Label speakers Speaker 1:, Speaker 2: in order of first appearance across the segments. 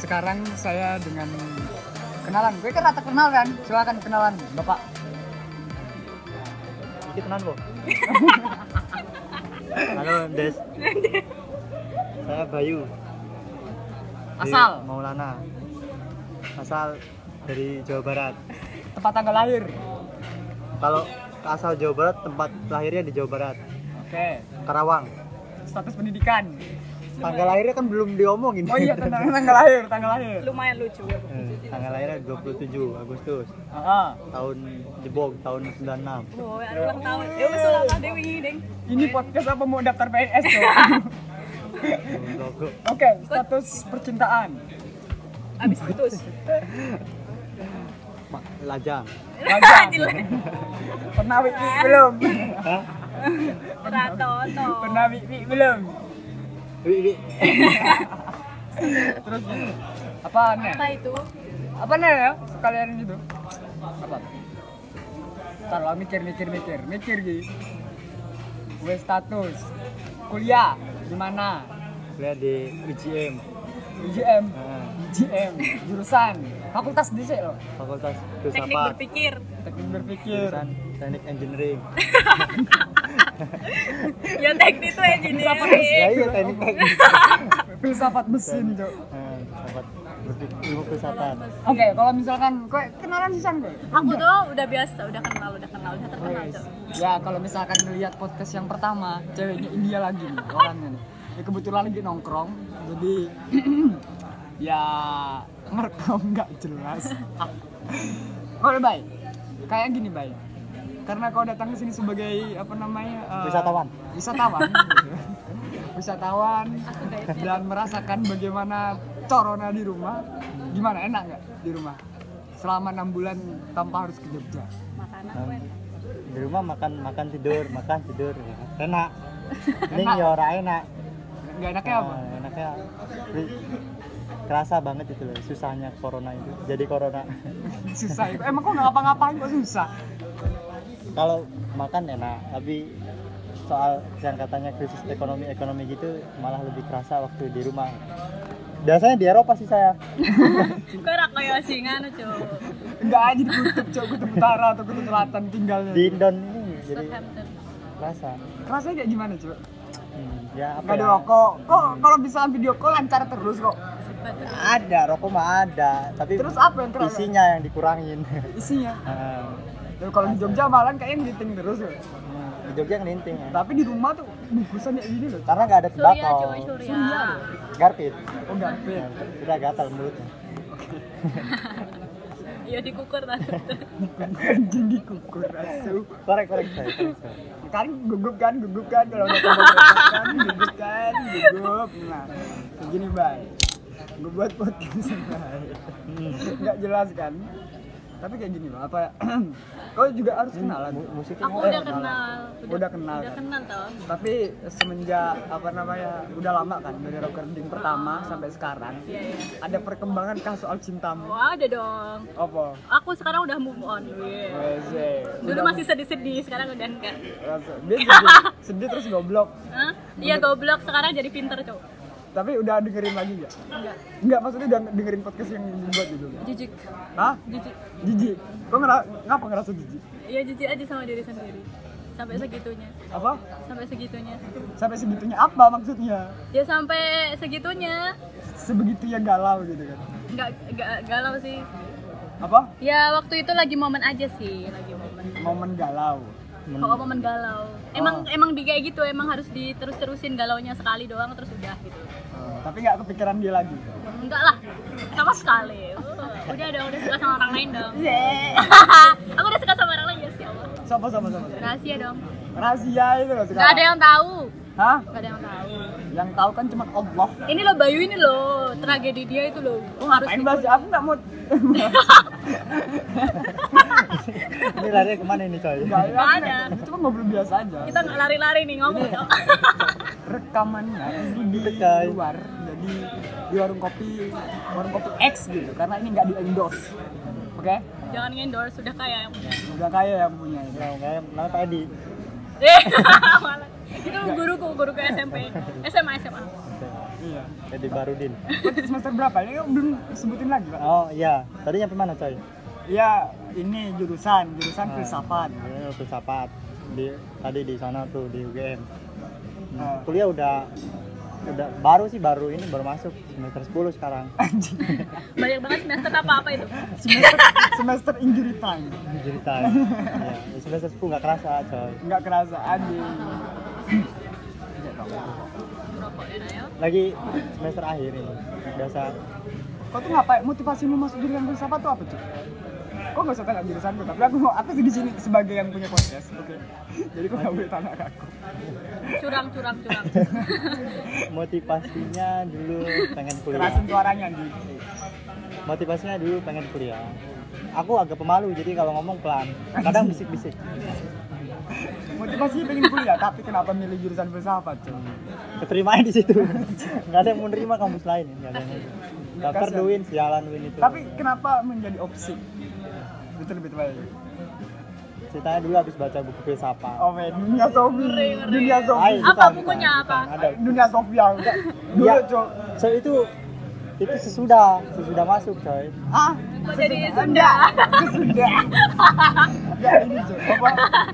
Speaker 1: sekarang saya dengan kenalan. Gue kan rata kenal kan? Silakan kenalan, Bapak.
Speaker 2: Dikit tenan kok. Halo, Des. Saya Bayu.
Speaker 1: Asal?
Speaker 2: Di Maulana. Asal dari Jawa Barat.
Speaker 1: Tempat tanggal lahir.
Speaker 2: Kalau asal Jawa Barat, tempat lahirnya di Jawa Barat.
Speaker 1: Oke.
Speaker 2: Karawang.
Speaker 1: Status pendidikan.
Speaker 2: Tanggal lahirnya kan belum diomongin.
Speaker 1: Oh iya, tanggal lahir.
Speaker 3: Lumayan lucu ya.
Speaker 2: Tanggal lahirnya 27 Agustus.
Speaker 1: Heeh.
Speaker 2: Tahun jebok tahun 96.
Speaker 3: Oh, ya ulang tahun. Ya wis ulang tahun Dewi, Deng.
Speaker 1: Ini podcast apa mau daftar PNS tuh? Oke, status percintaan.
Speaker 3: Abis putus.
Speaker 2: Lajang.
Speaker 1: Pernah Wiki belum?
Speaker 2: Hah?
Speaker 3: Ratoto.
Speaker 1: Pernah Wiki belum?
Speaker 2: Wi.
Speaker 1: Terus apaan ya?
Speaker 3: Apa itu?
Speaker 1: Apa nih ya? Sekalian gitu. Apa? Ntar lo mikir gitu. Gue status kuliah di mana?
Speaker 2: Kuliah di UGM.
Speaker 1: UGM.
Speaker 2: Nah,
Speaker 1: UGM jurusan fakultas di sini loh.
Speaker 2: Fakultas
Speaker 3: Teknik
Speaker 2: Filsafat.
Speaker 3: berpikir.
Speaker 1: Teknik berpikir.
Speaker 2: Jurusan Teknik Engineering.
Speaker 3: Ya teknik itu
Speaker 1: Filsafat
Speaker 2: Ya
Speaker 3: engineering.
Speaker 2: iya teknik.
Speaker 1: Filsafat mesin, Cok.
Speaker 2: Filsafat ilmu filsafat.
Speaker 1: Oke, kalau misalkan kowe kenalan sih San kowe.
Speaker 3: Aku tuh udah biasa, udah kenal, udah terkenal, Cok.
Speaker 1: Ya, kalau misalkan ngelihat podcast yang pertama, ceweknya India lagi nih orangnya nih. Ya, kebetulan lagi nongkrong, jadi ya ngerekam nggak jelas. Oh, baik. Kayak gini, baik. Karena kau datang ke sini sebagai apa namanya?
Speaker 2: Wisatawan.
Speaker 1: Wisatawan dan merasakan bagaimana corona di rumah. Gimana, enak nggak di rumah? Selama 6 bulan tanpa harus ke Jogja.
Speaker 3: Makanan
Speaker 2: Dan
Speaker 3: gue.
Speaker 2: di rumah makan tidur. Enak. Ini
Speaker 1: Enak.
Speaker 2: ya ora enak.
Speaker 1: Nggak enaknya apa?
Speaker 2: Enaknya kerasa banget itu loh, susahnya corona itu. Jadi corona.
Speaker 1: Susah itu. Emang kok nggak ngapa-ngapain kok susah?
Speaker 2: Kalau makan enak, tapi soal yang katanya krisis ekonomi gitu malah lebih kerasa waktu di rumah. Biasanya di Eropa sih saya.
Speaker 3: Gue rak kayak singan, Cok.
Speaker 1: Enggak aja di kutub utara atau kutub selatan tinggalnya.
Speaker 2: Di Indon ini jadi
Speaker 3: Southampton.
Speaker 2: kerasa.
Speaker 1: Rasanya kayak gimana, Cuk?
Speaker 2: Ya apa
Speaker 1: Enggak ada
Speaker 2: ya?
Speaker 1: rokok. Kok kalau bisa video call lancar terus kok.
Speaker 2: Ada, rokok mah ada, tapi
Speaker 1: Terus apa yang kerasa?
Speaker 2: isinya yang dikurangin.
Speaker 1: Isinya.
Speaker 2: Nah,
Speaker 1: Ya, kalau di Jogja malah kayaknya ngiting terus ya.
Speaker 2: di Jogja ngelinting ya.
Speaker 1: Tapi di rumah tuh bungkusan kayak gini loh.
Speaker 2: Karena nggak ada
Speaker 3: Surya,
Speaker 2: tembakau.
Speaker 3: cuy, Surya.
Speaker 2: Garpit.
Speaker 1: Oh, gampil.
Speaker 2: Udah gatal mulutnya.
Speaker 3: Iya dikukur tadi.
Speaker 1: Anjing dikukur asu.
Speaker 2: Korek saya.
Speaker 1: Kan gugup kan kalau udah kan gugup kan. Nah, kayak gini, Bay. Gue buat podcast, Bay. Enggak jelas kan? Tapi kayak gini, Bang. Apa kau juga harus kenalan.
Speaker 2: Musiknya
Speaker 3: Aku udah kenal.
Speaker 1: Udah kenal,
Speaker 3: Udah
Speaker 1: kan?
Speaker 3: kenal toh.
Speaker 1: Tapi semenjak apa namanya udah lama kan dari recording pertama sampai sekarang
Speaker 3: Iya, iya.
Speaker 1: ada perkembangan kah soal cintamu?
Speaker 3: Wah, ada dong.
Speaker 1: Apa?
Speaker 3: Aku sekarang udah move on. Wih.
Speaker 1: Weze.
Speaker 3: Dulu masih sedih-sedih, sekarang udah enggak.
Speaker 1: Dia sedih terus goblok.
Speaker 3: Hah? Iya goblok, sekarang jadi pinter, Cok.
Speaker 1: Tapi udah dengerin lagi nggak?
Speaker 3: Enggak.
Speaker 1: Nggak, maksudnya udah dengerin podcast yang dibuat gitu.
Speaker 3: Jijik.
Speaker 1: Hah?
Speaker 3: Jijik.
Speaker 1: Jijik. Kok ngapa ngerasa jijik?
Speaker 3: Iya, jijik aja sama diri sendiri. Sampai segitunya.
Speaker 1: Apa?
Speaker 3: Sampai segitunya.
Speaker 1: Sampai segitunya apa maksudnya?
Speaker 3: Ya sampai segitunya.
Speaker 1: Sebegitunya galau gitu kan.
Speaker 3: Enggak galau sih.
Speaker 1: Apa?
Speaker 3: Ya waktu itu lagi momen aja sih, lagi momen.
Speaker 1: Momen galau.
Speaker 3: Oh, momen galau. Emang di kayak gitu, emang harus diterus-terusin galaunya sekali doang terus udah gitu.
Speaker 1: Tapi nggak kepikiran dia lagi.
Speaker 3: Enggak lah. Sama sekali. Udah dong, udah suka sama orang lain dong. Aku udah suka sama orang lain ya, Allah.
Speaker 1: Sama.
Speaker 3: Rahasia dong.
Speaker 1: Rahasia itu loh sekarang.
Speaker 3: Gak ada yang tahu.
Speaker 1: Hah?
Speaker 3: Gak ada yang tahu.
Speaker 1: Yang tahu kan cuma Allah.
Speaker 3: Ini loh Bayu ini loh, tragedi dia itu loh. Harus
Speaker 1: Ngapain bahas? Aku nggak mau.
Speaker 2: Ini lari kemana ini coy?
Speaker 1: Nggak
Speaker 3: ada.
Speaker 1: Kita cuma ngobrol biasa aja.
Speaker 3: kita nggak lari-lari nih ngomong, Cok.
Speaker 1: Rekamannya ini di
Speaker 2: Tekai.
Speaker 1: luar, jadi di warung kopi X gitu. Karena ini nggak di endorse. Oke?
Speaker 3: Jangan endorse, sudah kaya yang punya.
Speaker 1: Udah kaya yang punya.
Speaker 2: Nah, kayak nama Pak Edi.
Speaker 3: Malah. Itu guruku SMP, SMA.
Speaker 1: Iya.
Speaker 2: Jadi Barudin.
Speaker 1: Berarti semester berapa? Ini belum sebutin lagi, Pak.
Speaker 2: Oh iya, tadi nyampe mana coy?
Speaker 1: Iya, ini jurusan filsafat.
Speaker 2: Ya, filsafat. Tadi di sana tuh di UGM.
Speaker 1: Ah.
Speaker 2: Kuliah udah baru masuk semester 10 sekarang.
Speaker 3: Banyak banget semester apa itu?
Speaker 1: Semester injury time.
Speaker 2: Cerita. Ya, semester 10 nggak kerasa coy.
Speaker 1: Nggak kerasa anjing.
Speaker 3: Rokok ya Nayo.
Speaker 2: Lagi semester akhir ini. Biasa.
Speaker 1: Kau tuh ngapain? Motivasimu masuk jurusan filsafat tuh apa tuh? Kok nggak usah tanya jurusanku, tapi aku di sini sebagai yang punya podcast, oke. Jadi kok nggak boleh tanya ke aku.
Speaker 3: Curang.
Speaker 2: Motivasinya dulu pengen kuliah.
Speaker 1: Kerasin suaranya anjing.
Speaker 2: Motivasinya dulu pengen kuliah. Aku agak pemalu jadi kalau ngomong pelan. Kadang bisik-bisik.
Speaker 1: Motivasinya pengen kuliah, tapi kenapa milih jurusan filsafat tuh?
Speaker 2: Keterimaan di situ. Nggak ada yang mau nerima kampus lain. Nggak ada yang mau. Daftar
Speaker 1: Kasian.
Speaker 2: duin, sialan win itu.
Speaker 1: Tapi kenapa menjadi opsi? Itu lebih tepat.
Speaker 2: Ceritanya dulu habis baca buku filsafat.
Speaker 1: Oh men, dunia Sofi.
Speaker 3: Ngeri.
Speaker 1: Dunia Sofi.
Speaker 2: Ay,
Speaker 3: Apa
Speaker 2: bukan,
Speaker 3: bukunya
Speaker 2: bukan,
Speaker 3: apa?
Speaker 2: bukan. Ada.
Speaker 1: Dunia Sofia. Dulu,
Speaker 2: Ya.
Speaker 1: Cok.
Speaker 2: So itu sesudah masuk coy.
Speaker 1: Ah,
Speaker 3: Kok jadi Sunda?
Speaker 1: sudah. Ya ini Cok. Apa?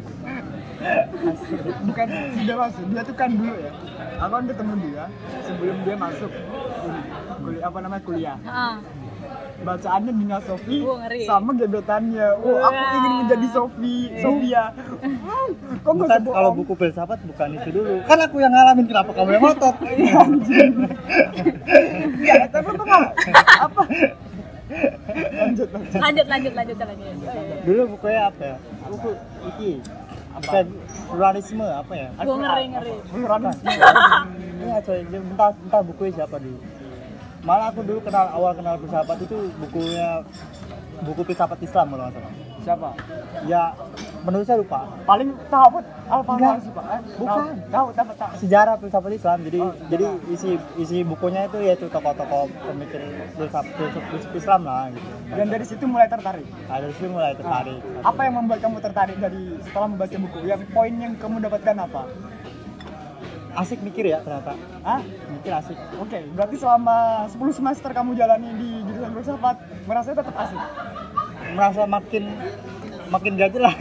Speaker 1: Bukan sudah masuk. Dia tuh kan dulu ya. Aku kan ketemu dia sebelum dia masuk ini, kuliah.
Speaker 3: Heeh.
Speaker 1: Bacaannya Dunia Sofi
Speaker 3: Ngeri.
Speaker 1: sama gebetannya. Aku ingin menjadi Sofia. Kok nggak
Speaker 2: Bukan,
Speaker 1: usah
Speaker 2: kalau
Speaker 1: bohong?
Speaker 2: buku filsafat bukan itu dulu. Kan aku yang ngalamin, kenapa kamu yang ngotot?
Speaker 1: Iya, anjing. Ya, tapi itu nggak apa? Lanjut.
Speaker 3: Lanjut.
Speaker 2: Dulu bukunya apa ya? Buku iki. Apa? Pluralisme apa ya?
Speaker 3: Gua ngeri.
Speaker 1: Pluralisme.
Speaker 2: Iya coy, entah bukunya siapa dulu. Malah aku dulu awal kenal filsafat itu buku filsafat Islam kalau nggak salah.
Speaker 1: Siapa?
Speaker 2: Ya, penulisnya lupa.
Speaker 1: Paling tahu Al-Fahmi sih, Pak.
Speaker 2: Bukan.
Speaker 1: Tahu.
Speaker 2: Sejarah filsafat Islam. Jadi
Speaker 1: Oh,
Speaker 2: jadi isi bukunya itu yaitu tokoh-tokoh pemikir filsafat Islam lah gitu.
Speaker 1: Dan dari situ mulai tertarik.
Speaker 2: Nah, dari situ mulai tertarik.
Speaker 1: Apa yang membuat kamu tertarik dari setelah membaca buku? Yang poin yang kamu dapatkan apa?
Speaker 2: Asik mikir ya ternyata.
Speaker 1: Hah?
Speaker 2: Mikir asik.
Speaker 1: Oke, berarti selama 10 semester kamu jalani di jurusan filsafat, merasa tetap asik.
Speaker 2: Merasa makin gak jelas.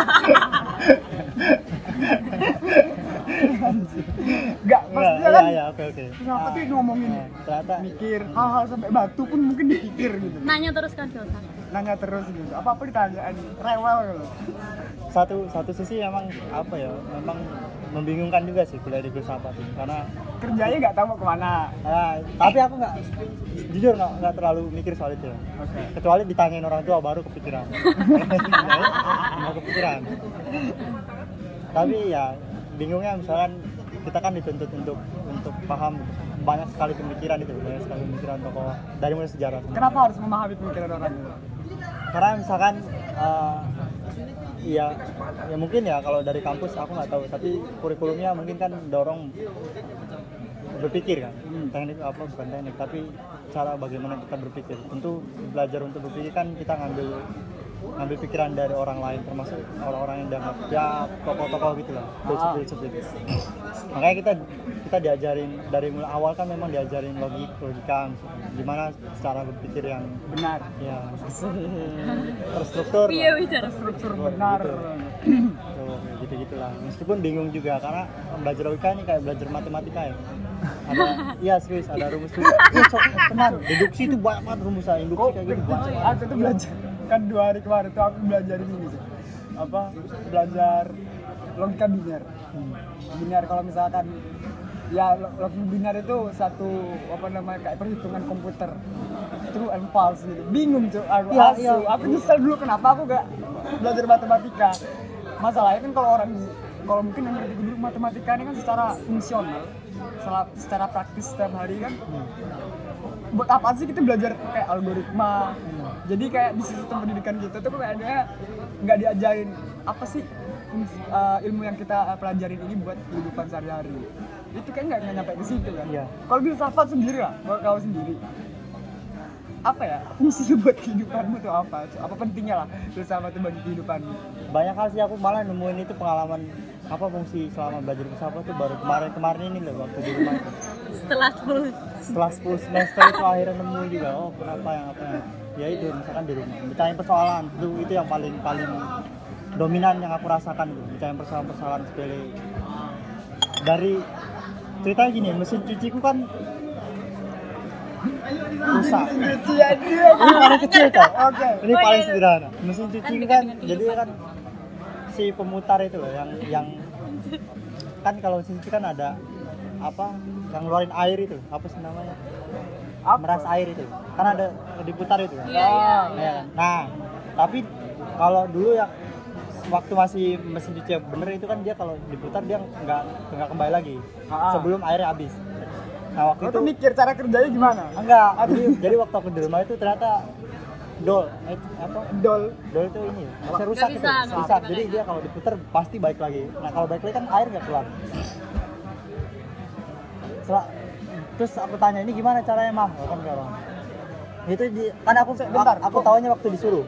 Speaker 1: Enggak, maksudnya kan
Speaker 2: Iya, oke.
Speaker 1: filsafat itu ngomongin
Speaker 2: Ternyata
Speaker 1: mikir hal-hal sampai batu pun mungkin dipikir gitu.
Speaker 3: Nanya terus kan filsafat.
Speaker 1: Nanya terus gitu. Apa-apa ditanyain, rewel gitu.
Speaker 2: satu sisi memang apa ya, memang membingungkan juga sih kuliah di filsafat ini karena
Speaker 1: Kerjanya nggak tahu mau kemana.
Speaker 2: tapi aku jujur nggak terlalu mikir soal itu ya.
Speaker 1: Oke.
Speaker 2: Kecuali ditanyain orang tua baru kepikiran. Nggak kepikiran. Tapi ya bingungnya misalkan kita kan dituntut untuk paham banyak sekali pemikiran tokoh dari mulai sejarah.
Speaker 1: Kenapa harus memahami pemikiran orang itu?
Speaker 2: Karena misalkan ya mungkin ya kalau dari kampus aku nggak tahu, tapi kurikulumnya mungkin kan dorong berpikir kan. Teknik apa bukan teknik, tapi cara bagaimana kita berpikir. Tentu belajar untuk berpikir kan kita ngambil pikiran dari orang lain, termasuk orang-orang yang dianggap ya tokoh-tokoh gitu lah, filsuf gitu. Makanya kita diajarin dari mulai awal kan memang diajarin logika, gimana cara berpikir yang
Speaker 1: Benar.
Speaker 2: ya terstruktur.
Speaker 3: Iya bicara.
Speaker 1: Struktur benar.
Speaker 2: Gitu-gitulah. Meskipun bingung juga karena belajar logika ini kayak belajar matematika ya. Serius ada rumus tuh. Tenang, deduksi itu banyak banget rumusnya, induksi kayak gitu banyak.
Speaker 1: Aku tuh belajar kan 2 hari kemarin tuh aku belajar ini sih. Belajar logika biner. Biner kalau misalkan ya logika biner itu satu kayak perhitungan komputer. True and false gitu. Bingung tuh aku.
Speaker 2: Iya.
Speaker 1: Aku nyesel dulu kenapa aku gak belajar matematika. Masalahnya kan kalau mungkin yang ngerti dulu matematika ini kan secara fungsional, secara praktis setiap hari kan. Buat apa sih kita belajar kayak algoritma? Jadi kayak di sistem pendidikan kita tuh kayaknya nggak diajarin apa sih ilmu yang kita pelajarin ini buat kehidupan sehari-hari. Itu kayak nggak nyampe ke situ kan.
Speaker 2: Iya.
Speaker 1: Kalau filsafat sendiri lah, buat kau sendiri. Apa ya fungsi buat kehidupanmu tuh apa? Apa pentingnya lah filsafat itu bagi kehidupanmu?
Speaker 2: Banyak hal sih, aku malah nemuin itu pengalaman apa fungsi selama belajar filsafat tuh baru kemarin ini loh waktu di rumah itu.
Speaker 3: Setelah
Speaker 2: 10 semester itu akhirnya nemu juga, oh kenapa yang apa ya itu misalkan di rumah bicara persoalan itu yang paling dominan yang aku rasakan tuh, bicara persoalan sepele. Dari ceritanya gini, mesin cuciku kan rusak. Ini paling kecil kan?
Speaker 1: Oke.
Speaker 2: Ini paling sederhana. Mesin cuci kan jadi kan si pemutar itu loh yang kan kalau mesin cuci kan ada apa yang ngeluarin air itu apa sih namanya? Meras air itu. Kan ada diputar itu kan.
Speaker 3: Iya.
Speaker 2: Nah, tapi kalau dulu yang waktu masih mesin cuci yang bener itu kan dia kalau diputar dia nggak kembali lagi sebelum airnya habis. Nah waktu itu
Speaker 1: mikir cara kerjanya gimana?
Speaker 2: enggak, jadi waktu aku di rumah itu ternyata dol itu ini masih rusak itu, rusak. Jadi dia kalau diputar pasti balik lagi. Nah kalau balik lagi kan air nggak keluar. Terus aku tanya ini gimana caranya mah? Kan enggak bang. Itu kan aku taunya waktu disuruh.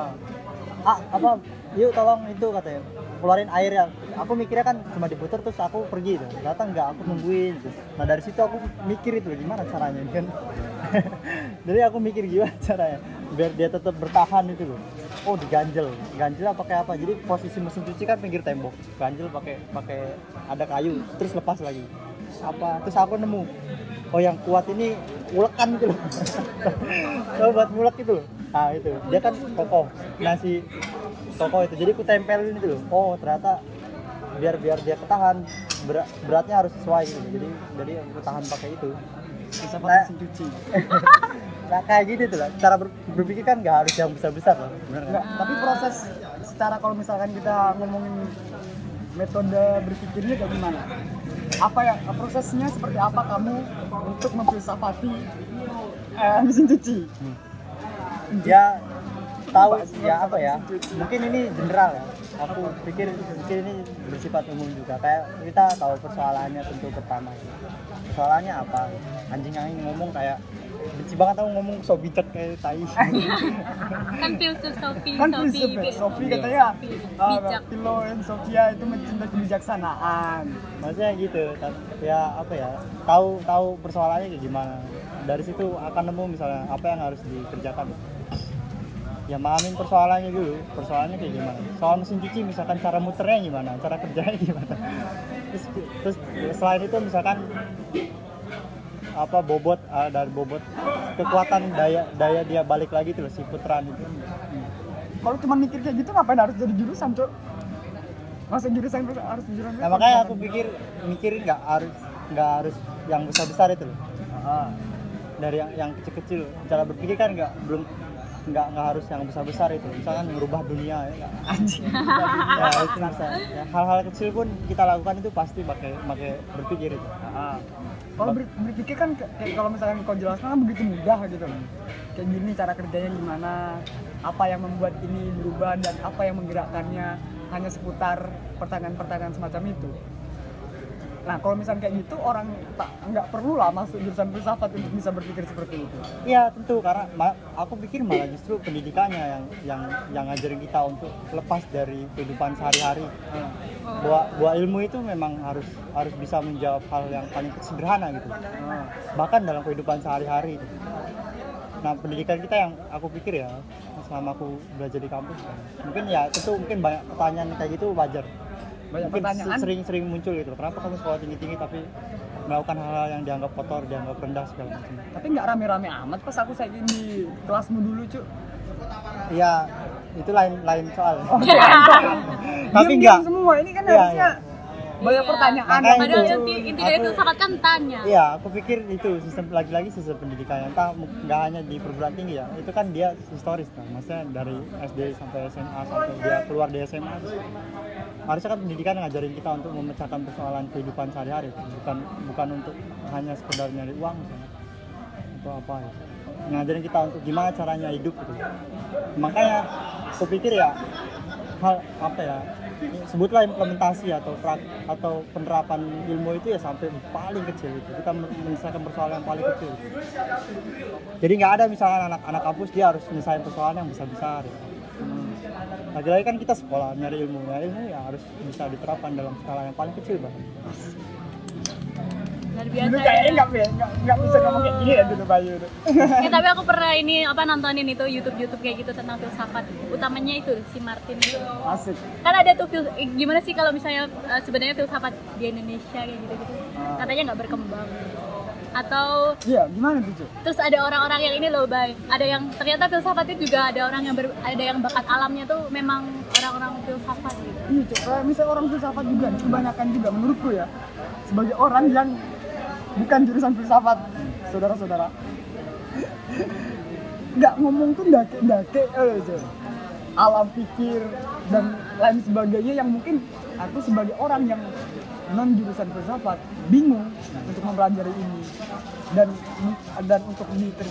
Speaker 2: Yuk tolong itu katanya keluarin air ya. Aku mikirnya kan cuma diputar terus aku pergi tuh. Ternyata enggak, aku nungguin terus. Nah dari situ aku mikir itu gimana caranya kan. Jadi aku mikir gimana caranya biar dia tetap bertahan itu loh. Oh diganjel apa kayak apa. Jadi posisi mesin cuci kan pinggir tembok. Ganjel pakai ada kayu terus lepas lagi. Terus aku nemu. Oh yang kuat ini ulekan gitu loh. Coba buat mulek itu loh. Nah itu dia kan kokoh. Nasi kokoh itu. Jadi aku tempelin itu loh. Oh ternyata biar dia ketahan beratnya harus sesuai gitu. Jadi aku tahan pakai itu.
Speaker 1: Bisa pakai mesin cuci.
Speaker 2: Nah kayak gitu tuh lah. Cara berpikir kan nggak harus yang besar loh.
Speaker 1: Enggak, tapi proses secara kalau misalkan kita ngomongin metode berpikirnya kayak gimana? Apa ya prosesnya seperti apa kamu untuk memfilsafati mesin cuci?
Speaker 2: Ya tahu ya apa ya? Mungkin ini general ya. Aku pikir ini bersifat umum juga. Kayak kita tahu persoalannya tentu pertama. Persoalannya apa? Anjing ngomong kayak benci banget aku ngomong so bijak kayak tai.
Speaker 3: Kan filosofi
Speaker 1: katanya
Speaker 3: bijak.
Speaker 1: Philo and Sophia itu mencintai kebijaksanaan.
Speaker 2: Maksudnya gitu. Ya apa ya? Tahu persoalannya kayak gimana. Dari situ akan nemu misalnya apa yang harus dikerjakan. Ya mahamin persoalannya dulu. Persoalannya kayak gimana? Soal mesin cuci misalkan cara muternya gimana? Cara kerjanya gimana? Terus selain itu misalkan apa bobot dari bobot kekuatan daya dia balik lagi tuh si putaran itu.
Speaker 1: Kalau cuma mikir kayak gitu ngapain harus jadi jurusan, Cok? Masa jurusan harus jurusan?
Speaker 2: Nah, makanya aku mikirin nggak harus yang besar-besar itu loh. Dari yang kecil-kecil. Cara berpikir kan nggak harus yang besar-besar itu. Misalkan merubah dunia ya. Ya itu bisa. Ya, hal-hal kecil pun kita lakukan itu pasti pakai berpikir itu.
Speaker 1: Kalau berpikir kan kayak kalau misalkan kau jelaskan kan begitu mudah gitu. Kayak gini cara kerjanya gimana, apa yang membuat ini berubah dan apa yang menggerakkannya, hanya seputar pertanyaan-pertanyaan semacam itu. Nah kalau misalnya kayak gitu orang nggak perlu lah masuk jurusan filsafat untuk bisa berpikir seperti itu.
Speaker 2: Iya tentu karena aku pikir malah justru pendidikannya yang ngajarin kita untuk lepas dari kehidupan sehari-hari. Bahwa ilmu itu memang harus bisa menjawab hal yang paling sederhana gitu. Bahkan dalam kehidupan sehari-hari. Nah pendidikan kita yang aku pikir ya selama aku belajar di kampus mungkin ya tentu mungkin banyak pertanyaan kayak gitu wajar.
Speaker 1: Banyak
Speaker 2: mungkin
Speaker 1: pertanyaan
Speaker 2: sering muncul gitu. Kenapa kamu sekolah tinggi-tinggi tapi melakukan hal-hal yang dianggap kotor, dianggap rendah segala macam.
Speaker 1: Tapi nggak rame-rame amat pas aku saya di kelasmu dulu, Cuk.
Speaker 2: Iya, itu lain soal.
Speaker 1: Tapi enggak semua ini kan harusnya banyak pertanyaan.
Speaker 3: Padahal inti dari filsafat kan tanya.
Speaker 2: Iya, aku pikir itu sistem lagi-lagi sistem pendidikan entah nggak hanya di perguruan tinggi ya. Itu kan dia historis kan. Maksudnya dari SD sampai SMA sampai dia keluar dari SMA. Harusnya kan pendidikan ngajarin kita untuk memecahkan persoalan kehidupan sehari-hari, bukan untuk hanya sekedar nyari uang misalnya atau apa ya. Ngajarin kita untuk gimana caranya hidup gitu. Makanya aku pikir ya hal apa ya, sebutlah implementasi atau penerapan ilmu itu ya sampai paling kecil itu. Kita menyelesaikan persoalan yang paling kecil. Jadi nggak ada misalnya anak kampus dia harus menyelesaikan persoalan yang besar-besar. lagi-lagi kan kita sekolah nyari ilmu ya harus bisa diterapkan dalam skala yang paling kecil bahkan.
Speaker 3: Luar biasa
Speaker 1: Dulu
Speaker 3: ya.
Speaker 1: kayaknya nggak bisa ngomong kayak gini ya dulu Bayu.
Speaker 3: Tapi aku pernah nontonin itu YouTube kayak gitu tentang filsafat. Utamanya itu si Martin itu.
Speaker 1: Asik.
Speaker 3: Kan ada tuh gimana sih kalau misalnya sebenarnya filsafat di Indonesia kayak gitu-gitu. Katanya nggak berkembang. Atau
Speaker 1: Iya, gimana tuh, Cuk?
Speaker 3: terus ada orang-orang yang ini loh, Bay. Ada yang ternyata filsafat itu juga ada orang yang ada yang bakat alamnya tuh memang orang-orang filsafat gitu.
Speaker 1: Iya, Cuk. Kayak misalnya orang filsafat juga nih, kebanyakan juga menurutku ya. Sebagai orang yang bukan jurusan filsafat, saudara-saudara. Nggak ngomong tuh dake-dake aja. Alam pikir dan lain sebagainya yang mungkin aku sebagai orang yang non jurusan filsafat bingung untuk mempelajari ini dan untuk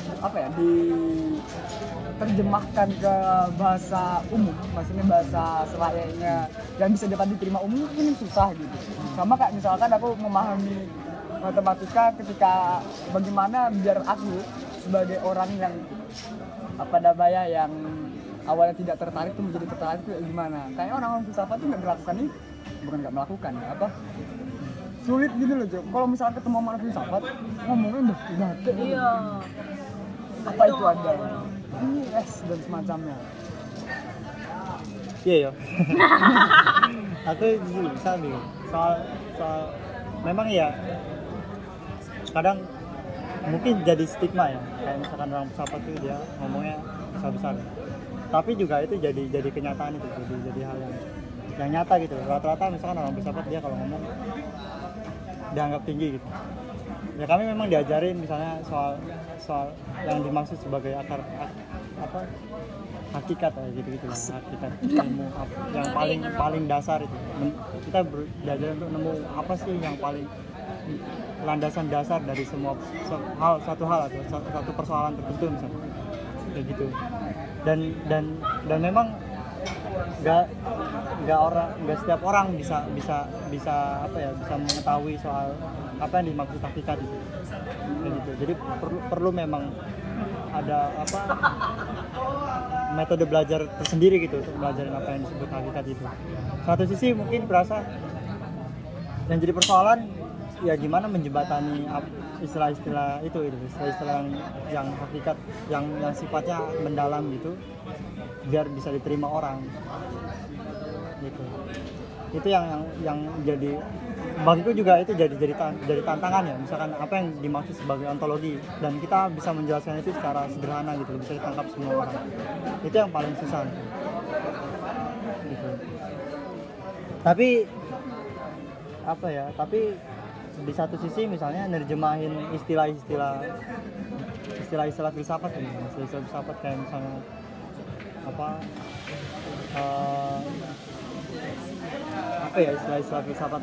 Speaker 1: diterjemahkan ke bahasa umum, maksudnya bahasa selayaknya yang bisa dapat diterima umum ini susah gitu. Sama kayak misalkan aku memahami matematika ketika bagaimana biar aku sebagai orang yang yang awalnya tidak tertarik tuh menjadi tertarik tuh gimana. Kayak orang-orang filsafat tuh nggak melakukan sulit gitu loh, Jo. Kalau misalnya ketemu sama filsafat ngomongnya udah
Speaker 3: Iya.
Speaker 1: apa itu ada yes dan semacamnya.
Speaker 2: Iya ya. Aku bisa bingung soal memang ya kadang mungkin jadi stigma ya, kayak misalkan orang filsafat itu dia ngomongnya besar-besar, tapi juga itu jadi kenyataan, itu jadi hal yang nyata gitu. Rata-rata misalkan orang filsafat dia kalau ngomong dianggap tinggi gitu. Ya kami memang diajarin misalnya soal yang dimaksud sebagai hakikat gitu lah, hakikat ilmu yang paling dasar itu. Kita diajarin untuk nemu apa sih yang paling landasan dasar dari semua satu hal atau satu persoalan tertentu misalnya kayak gitu. Dan memang nggak setiap orang bisa mengetahui soal apa yang dimaksud hakikat itu kayak gitu. Jadi perlu memang ada metode belajar tersendiri gitu untuk belajar apa yang disebut hakikat itu. Satu sisi mungkin berasa yang jadi persoalan ya gimana menjembatani istilah-istilah yang hakikat yang sifatnya mendalam gitu biar bisa diterima orang gitu. Itu yang jadi bagiku juga itu jadi tantangan ya, misalkan apa yang dimaksud sebagai ontologi dan kita bisa menjelaskan itu secara sederhana gitu, bisa ditangkap semua orang. Itu yang paling susah gitu. Tapi di satu sisi misalnya nerjemahin istilah-istilah filsafat gitu. Istilah filsafat kayak misalnya istilah filsafat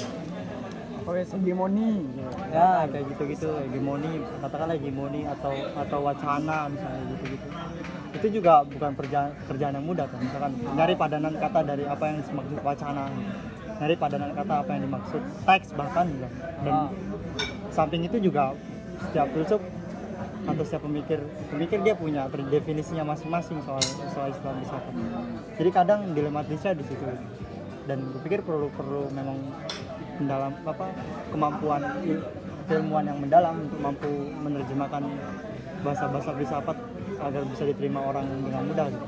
Speaker 1: hegemoni
Speaker 2: ya kayak gitu hegemoni, katakanlah hegemoni atau wacana misalnya gitu. Itu juga bukan kerjaan yang mudah kan, misalkan nyari padanan kata dari apa yang dimaksud wacana, nyari padanan kata apa yang dimaksud teks bahkan juga. Dan samping itu juga setiap filsuf atau setiap pemikir dia punya definisinya masing-masing soal istilah filsafat. Jadi kadang dilematisnya di situ. Dan berpikir perlu memang mendalam kemampuan ilmuwan yang mendalam untuk mampu menerjemahkan bahasa-bahasa filsafat agar bisa diterima orang dengan mudah gitu.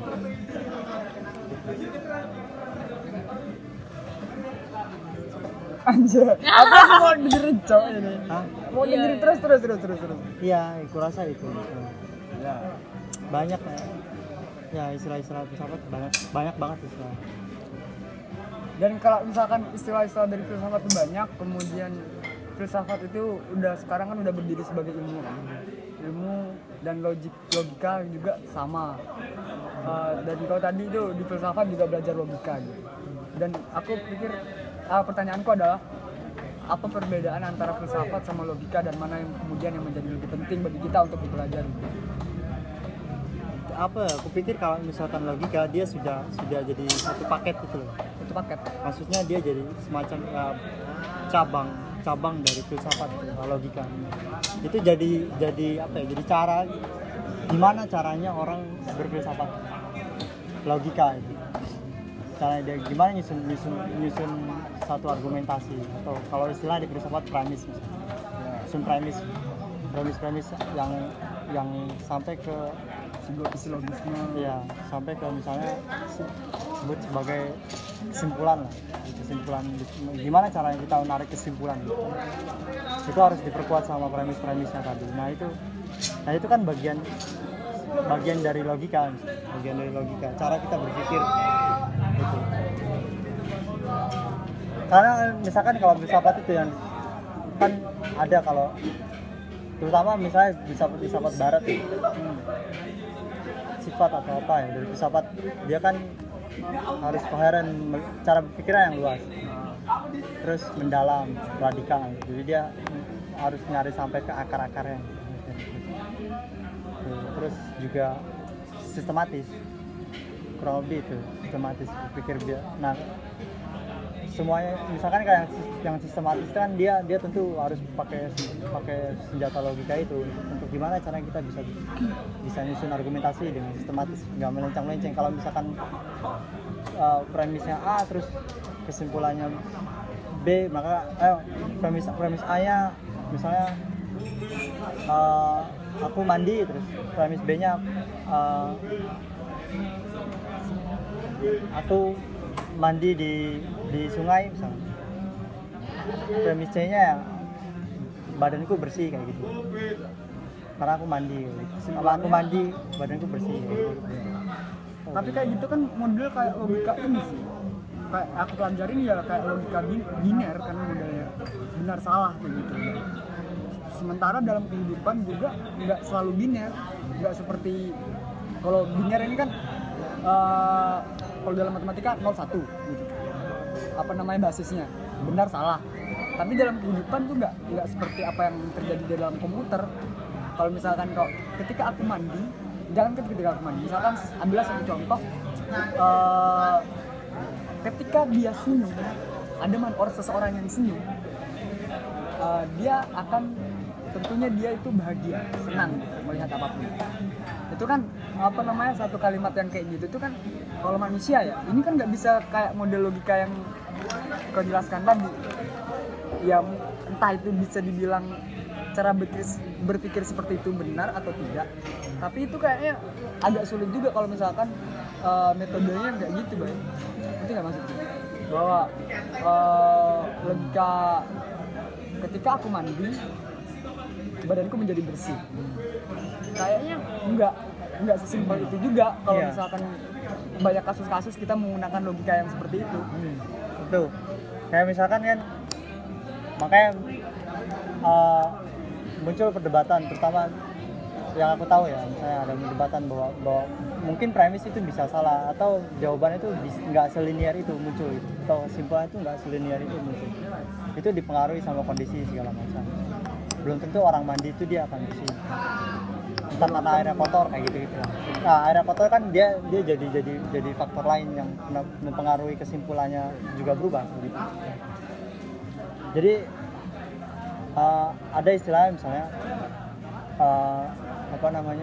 Speaker 1: Anjir, apa mau dengerin cowok ini?
Speaker 2: Hah?
Speaker 1: Mau dengerin terus.
Speaker 2: Iya, aku rasa itu.
Speaker 1: Ya.
Speaker 2: Banyak ya istilah-istilah filsafat banyak banget istilah.
Speaker 1: Dan kalau misalkan istilah-istilah dari filsafat itu banyak, kemudian filsafat itu sekarang kan udah berdiri sebagai ilmu kan. Ilmu dan logika juga sama. Dan kalau tadi itu di filsafat juga belajar logika gitu. Dan aku pikir pertanyaanku adalah apa perbedaan antara filsafat sama logika dan mana yang kemudian yang menjadi lebih penting bagi kita untuk dipelajari?
Speaker 2: Aku pikir kalau misalkan logika dia sudah jadi satu paket gitu loh.
Speaker 1: Satu paket.
Speaker 2: Maksudnya dia jadi semacam cabang dari filsafat logika. Itu jadi cara gimana caranya orang berfilsafat logika itu. cara dia gimana nyusun satu argumentasi, atau kalau istilah di filsafat premis misalnya. Nyusun premis yang sampai ke
Speaker 1: silogisme.
Speaker 2: ya sampai ke misalnya sebut sebagai kesimpulan lah, kesimpulan gimana caranya kita menarik kesimpulan gitu. Itu harus diperkuat sama premis-premisnya tadi. Nah itu kan bagian dari logika, cara kita berpikir gitu. Karena misalkan kalau filsafat itu yang kan ada, kalau terutama misalnya filsafat barat itu sifat atau apa ya, dari filsafat dia kan harus koheren, cara berpikirnya yang luas, terus mendalam, radikal, jadi dia harus nyari sampai ke akar-akarnya. Terus juga sistematis, kurang lebih itu sistematis berpikir dia. Nah semuanya misalkan kayak yang sistematis kan dia tentu harus pakai senjata logika itu untuk gimana caranya kita bisa nyusun argumentasi dengan sistematis, nggak melenceng-lenceng. Kalau misalkan premisnya A terus kesimpulannya B, maka premis A nya misalnya aku mandi, terus premis B nya aku mandi di sungai misalnya. Premis C nya badanku bersih kayak gitu, karena aku mandi gitu. Kalau aku mandi badanku bersih kayak gitu.
Speaker 1: Tapi kayak gitu kan model kayak logika ini sih, kayak aku pelajarin ya kayak logika biner kan modelnya, benar salah kayak gitu. Sementara dalam kehidupan juga nggak selalu biner, nggak seperti kalau biner ini kan kalau dalam matematika 0-1 gitu, apa namanya basisnya benar salah. Tapi dalam kehidupan tuh nggak seperti apa yang terjadi di dalam komputer. Kalau misalkan kok ketika aku mandi, jangan ketika aku mandi, misalkan ambillah satu contoh, ketika dia senyum, ada orang seseorang yang senyum, dia akan tentunya dia itu bahagia, senang melihat apapun. Itu kan apa namanya, satu kalimat yang kayak gitu itu kan kalau manusia ya, ini kan nggak bisa kayak model logika yang kau jelaskan tadi. Ya entah itu bisa dibilang cara berpikir seperti itu benar atau tidak, tapi itu kayaknya agak sulit juga kalau misalkan metodenya nggak gitu, Bang. Ngerti nggak maksudnya? Bahwa logika ketika aku mandi badanku menjadi bersih, kayaknya nggak sesimpel itu juga kalau misalkan banyak kasus-kasus kita menggunakan logika yang seperti itu.
Speaker 2: Betul. Kayak misalkan kan makanya muncul perdebatan, terutama yang aku tahu ya, misalnya ada perdebatan bahwa mungkin premis itu bisa salah atau jawaban itu nggak selinier itu muncul gitu, atau kesimpulan itu nggak selinier itu muncul. Itu dipengaruhi sama kondisi segala macam. Belum tentu orang mandi itu dia akan bersih, entah karena airnya kotor kayak gitu. Nah airnya kotor kan dia jadi faktor lain yang mempengaruhi kesimpulannya juga berubah gitu. Jadi ada istilahnya misalnya apa namanya,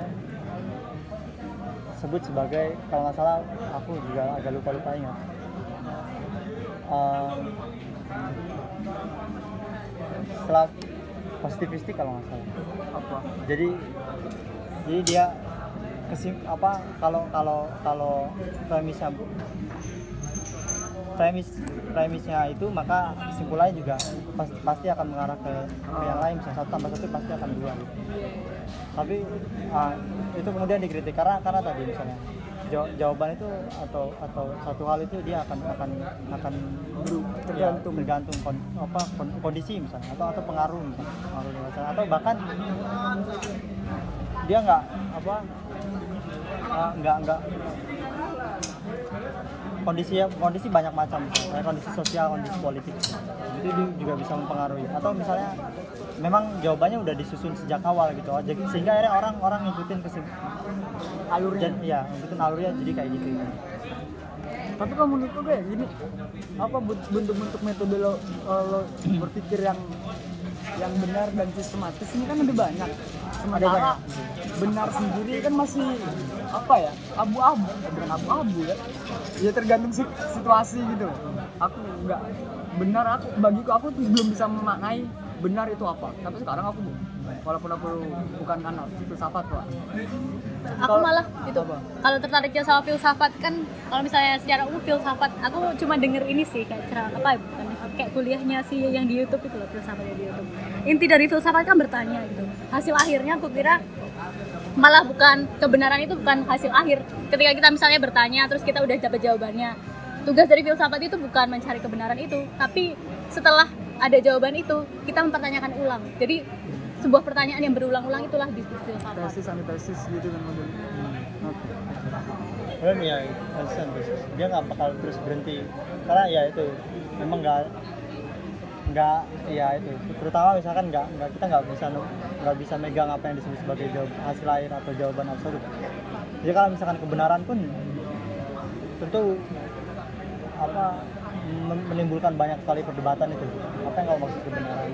Speaker 2: sebut sebagai, kalau nggak salah aku juga agak lupa ingat, setelah positivistik kalau nggak salah.
Speaker 1: Apa?
Speaker 2: Jadi dia kalau premisnya itu, maka kesimpulannya juga pasti akan mengarah ke yang lain, misalnya 1 tambah 1 pasti akan 2 gitu. Tapi itu kemudian dikritik karena tadi misalnya jawaban itu atau satu hal itu dia akan tergantung kondisi misalnya, atau pengaruh misalnya, atau bahkan dia nggak kondisi banyak macam, kayak kondisi sosial, kondisi politik, itu juga bisa mempengaruhi. Atau misalnya memang jawabannya udah disusun sejak awal gitu aja, sehingga akhirnya orang ngikutin alurnya. Iya, ngikutin alurnya jadi kayak gitu.
Speaker 1: Tapi kalau menurutku kayak gini, apa bentuk-bentuk metode lo berpikir yang benar dan sistematis ini kan ada banyak. Sementara benar sendiri kan masih apa ya, abu-abu, bukan abu-abu ya, ya tergantung situasi gitu. Aku nggak benar, bagiku aku tuh belum bisa memaknai benar itu apa, tapi sekarang aku walaupun aku bukan anak filsafat lah.
Speaker 3: Aku malah itu kalau tertariknya sama filsafat kan, kalau misalnya secara umum filsafat aku cuma denger ini sih kayak apa ya, bukan kayak kuliahnya sih yang di YouTube itu loh, filsafatnya di YouTube. Inti dari filsafat kan bertanya gitu. Hasil akhirnya aku kira malah bukan kebenaran, itu bukan hasil akhir. Ketika kita misalnya bertanya terus kita udah dapat jawabannya. Tugas dari filsafat itu bukan mencari kebenaran itu, tapi setelah ada jawaban itu kita mempertanyakan ulang. Jadi sebuah pertanyaan yang berulang-ulang itulah di filsafat.
Speaker 1: Tesis antitesis gitu kan modelnya.
Speaker 2: Belum ya, tesis dia nggak bakal terus berhenti karena ya itu memang nggak ya itu, terutama misalkan kita nggak bisa megang apa yang disebut sebagai hasil akhir atau jawaban absolut. Jadi kalau misalkan kebenaran pun tentu menimbulkan banyak sekali perdebatan itu. Apa yang kamu maksud kebenaran?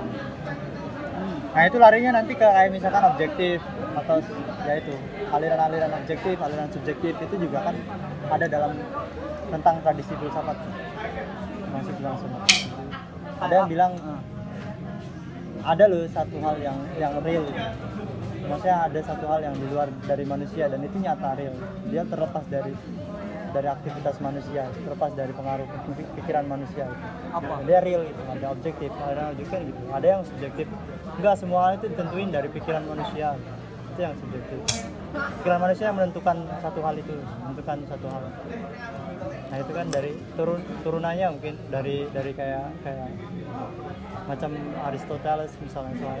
Speaker 2: Nah itu larinya nanti ke kayak misalkan objektif atau ya itu aliran-aliran objektif, aliran subjektif itu juga kan ada dalam tentang tradisi filsafat. Masuk langsung. Ada yang bilang ada loh satu hal yang real. Maksudnya ada satu hal yang di luar dari manusia dan itu nyata real. Dia terlepas dari aktivitas manusia, terlepas dari pengaruh pikiran manusia. Apa? Dia real gitu, ada objektif, ada juga gitu. Ada yang subjektif. Enggak semua hal itu ditentuin dari pikiran manusia. Itu yang subjektif. Pikiran manusia menentukan satu hal itu, menentukan satu hal. Nah itu kan dari turunannya mungkin dari kayak macam Aristoteles misalnya soal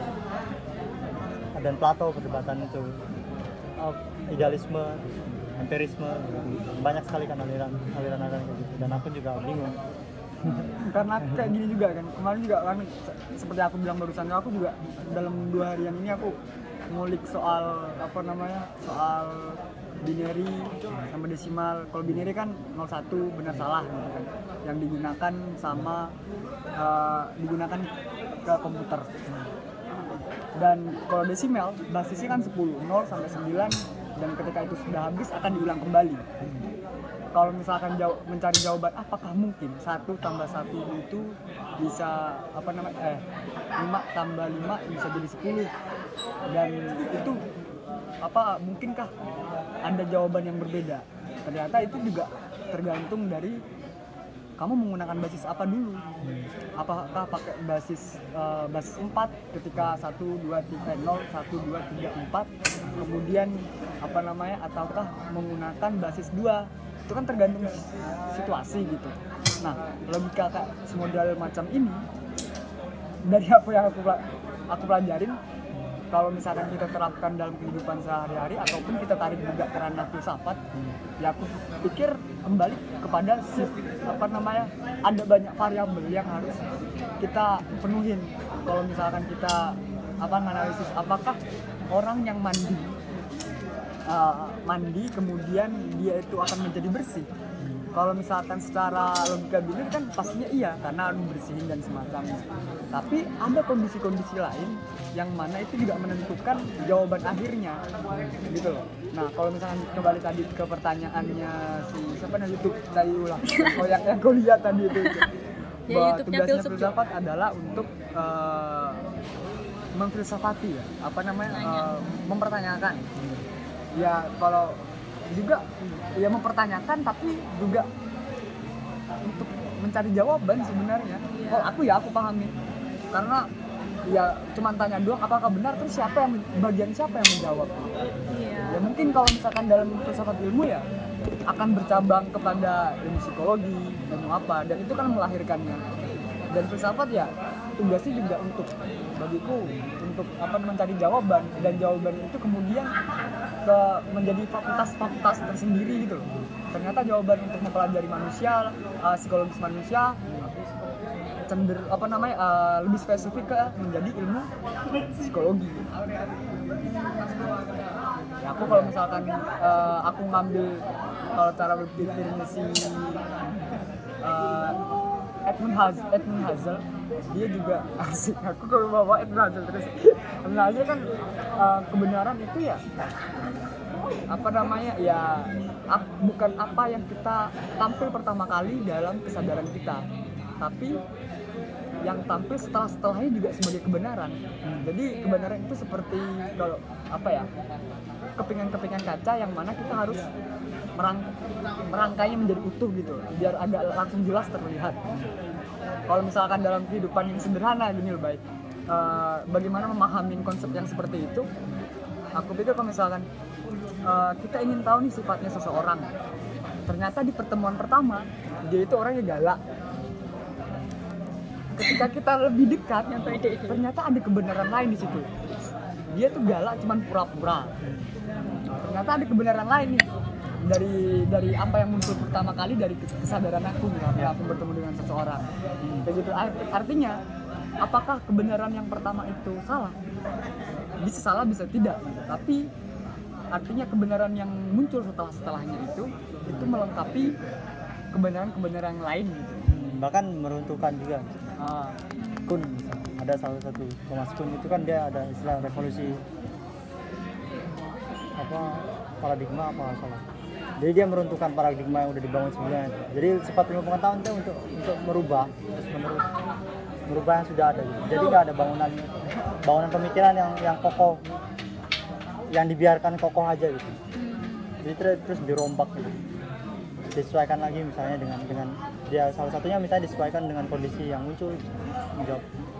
Speaker 2: dan Plato perdebatan itu idealisme, empirisme, banyak sekali kan aliran kayak gitu, dan aku juga bingung
Speaker 1: karena kayak gini juga kan, kemarin juga kan seperti aku bilang barusan, aku juga dalam 2 harian ini aku ngulik soal soal binary sama desimal. Kalau binary kan 01 benar salah gitu kan, yang digunakan digunakan ke komputer. Dan kalau desimal basisnya kan 10, 0 sampai 9, dan ketika itu sudah habis akan diulang kembali. Kalau misalkan mencari jawaban apakah mungkin 1 tambah 1 itu bisa 5 tambah 5 bisa jadi 10, dan itu mungkinkah ada jawaban yang berbeda? Ternyata itu juga tergantung dari kamu menggunakan basis apa dulu. Apakah pakai basis 4 ketika 1 2 3 0 1 2 3 4, kemudian ataukah menggunakan basis 2? Itu kan tergantung situasi gitu. Nah, logika semodal macam ini dari apa yang aku pelajarin, kalau misalkan kita terapkan dalam kehidupan sehari-hari ataupun kita tarik juga ke ranah filsafat, ya aku pikir kembali kepada ada banyak variabel yang harus kita penuhin. Kalau misalkan kita menganalisis apakah orang yang mandi kemudian dia itu akan menjadi bersih. Kalau misalkan secara logika bilir kan pastinya iya, karena harus bersihin dan semacamnya. Tapi ada kondisi-kondisi lain yang mana itu juga menentukan jawaban akhirnya, gitu loh. Nah, kalau misalkan kembali tadi ke pertanyaannya YouTube tadi ulang, yang kau lihat tadi itu, bahwa tugasnya filsafat adalah untuk memfilsafati ya, mempertanyakan. Ya kalau juga ya mempertanyakan, tapi juga untuk mencari jawaban sebenarnya. Kalau aku pahami, karena ya cuma tanya doang apakah benar, terus siapa yang menjawab. Ya mungkin kalau misalkan dalam filsafat ilmu ya akan bercabang kepada ilmu psikologi, ilmu apa, dan itu kan melahirkannya. Dan filsafat ya tugasnya juga bagiku untuk mencari jawaban, dan jawaban itu kemudian menjadi fakultas tersendiri gitu loh. Ternyata jawaban untuk mempelajari manusia, psikologis manusia lebih spesifik ke menjadi ilmu psikologi. Ya, aku kalau misalkan aku ngambil kalau cara berpikirnya si Edmund Husserl, dia juga asik. Aku kalau bawa Edmund Husserl terus. Edmund Husserl kan kebenaran itu ya apa namanya ya bukan apa yang kita tampil pertama kali dalam kesadaran kita, tapi yang tampil setelahnya juga sebagai kebenaran. Jadi kebenaran itu seperti kalau apa ya, kepingan kaca yang mana kita harus merangkainya menjadi utuh gitu, biar agak langsung jelas terlihat. Kalau misalkan dalam kehidupan yang sederhana gini loh, baik bagaimana memahami konsep yang seperti itu. Aku pikir kalau misalkan kita ingin tahu nih sifatnya seseorang, ternyata di pertemuan pertama dia itu orangnya galak. Ketika kita lebih dekat, ternyata ada kebenaran lain di situ. Dia tuh galak cuman pura-pura. Ternyata ada kebenaran lain nih dari apa yang muncul pertama kali dari kesadaran aku ketika aku bertemu dengan seseorang. Kayak gitu. Artinya, apakah kebenaran yang pertama itu salah? Bisa salah, bisa tidak. Tapi artinya kebenaran yang muncul setelahnya itu melengkapi kebenaran yang lain gitu.
Speaker 2: Bahkan meruntuhkan juga. Kun, ada salah satu Thomas Kuhn itu kan dia ada istilah revolusi paradigma salah. Jadi dia meruntuhkan paradigma yang udah dibangun sebelumnya. Jadi sifat ilmu pengetahuan itu untuk merubah yang sudah ada gitu. Jadi nggak ada bangunan pemikiran yang kokoh, yang dibiarkan kokoh aja gitu. Jadi terus dirombak gitu. Disesuaikan lagi misalnya dengan dia, salah satunya misalnya disesuaikan dengan kondisi yang muncul, menjawab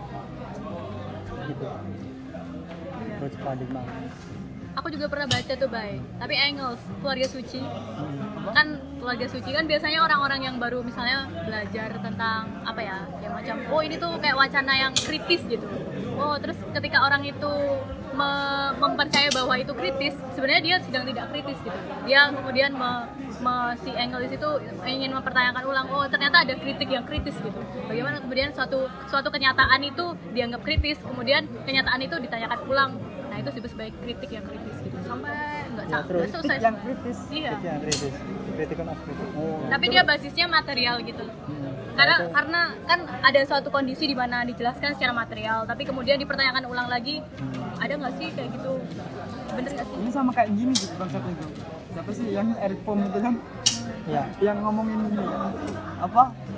Speaker 2: gitu. Terus paradigma.
Speaker 3: Aku juga pernah baca tuh, Bay. Tapi Engels, Keluarga Suci. Kan Keluarga Suci kan biasanya orang-orang yang baru misalnya belajar tentang apa ya, kayak macam ini tuh kayak wacana yang kritis gitu. Terus ketika orang itu mempercayai bahwa itu kritis, sebenarnya dia sedang tidak kritis gitu. Dia kemudian si Engels itu ingin mempertanyakan ulang, ternyata ada kritik yang kritis gitu. Bagaimana kemudian suatu kenyataan itu dianggap kritis, kemudian kenyataan itu ditanyakan ulang. Nah, itu disebut sebagai kritik yang kritis gitu. Sampai nggak selesai.
Speaker 1: Yang kritis.
Speaker 3: Iya.
Speaker 2: Kritik yang kritis. Kritikan kritik.
Speaker 3: Tapi dia basisnya material gitu. Karena kan ada suatu kondisi di mana dijelaskan secara material, tapi kemudian dipertanyakan ulang lagi, ada nggak sih kayak gitu? Bener nggak sih?
Speaker 1: Ini sama kayak gini gitu konsepnya itu. Siapa sih yang Eric Fromm itu kan?
Speaker 2: Ya.
Speaker 1: Yang ngomongin ini apa?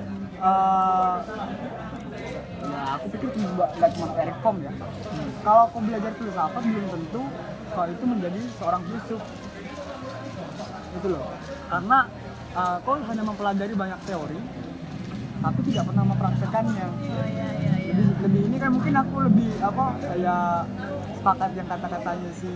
Speaker 1: Ya aku pikir nggak cuma Eric Fromm ya. Kalau aku belajar filsafat belum tentu kalau itu menjadi seorang filsuf. Itu loh. Karena kau hanya mempelajari banyak teori, tapi tidak pernah mempraktekannya. Lebih ini kan mungkin aku lebih kayak sepakat yang kata-katanya si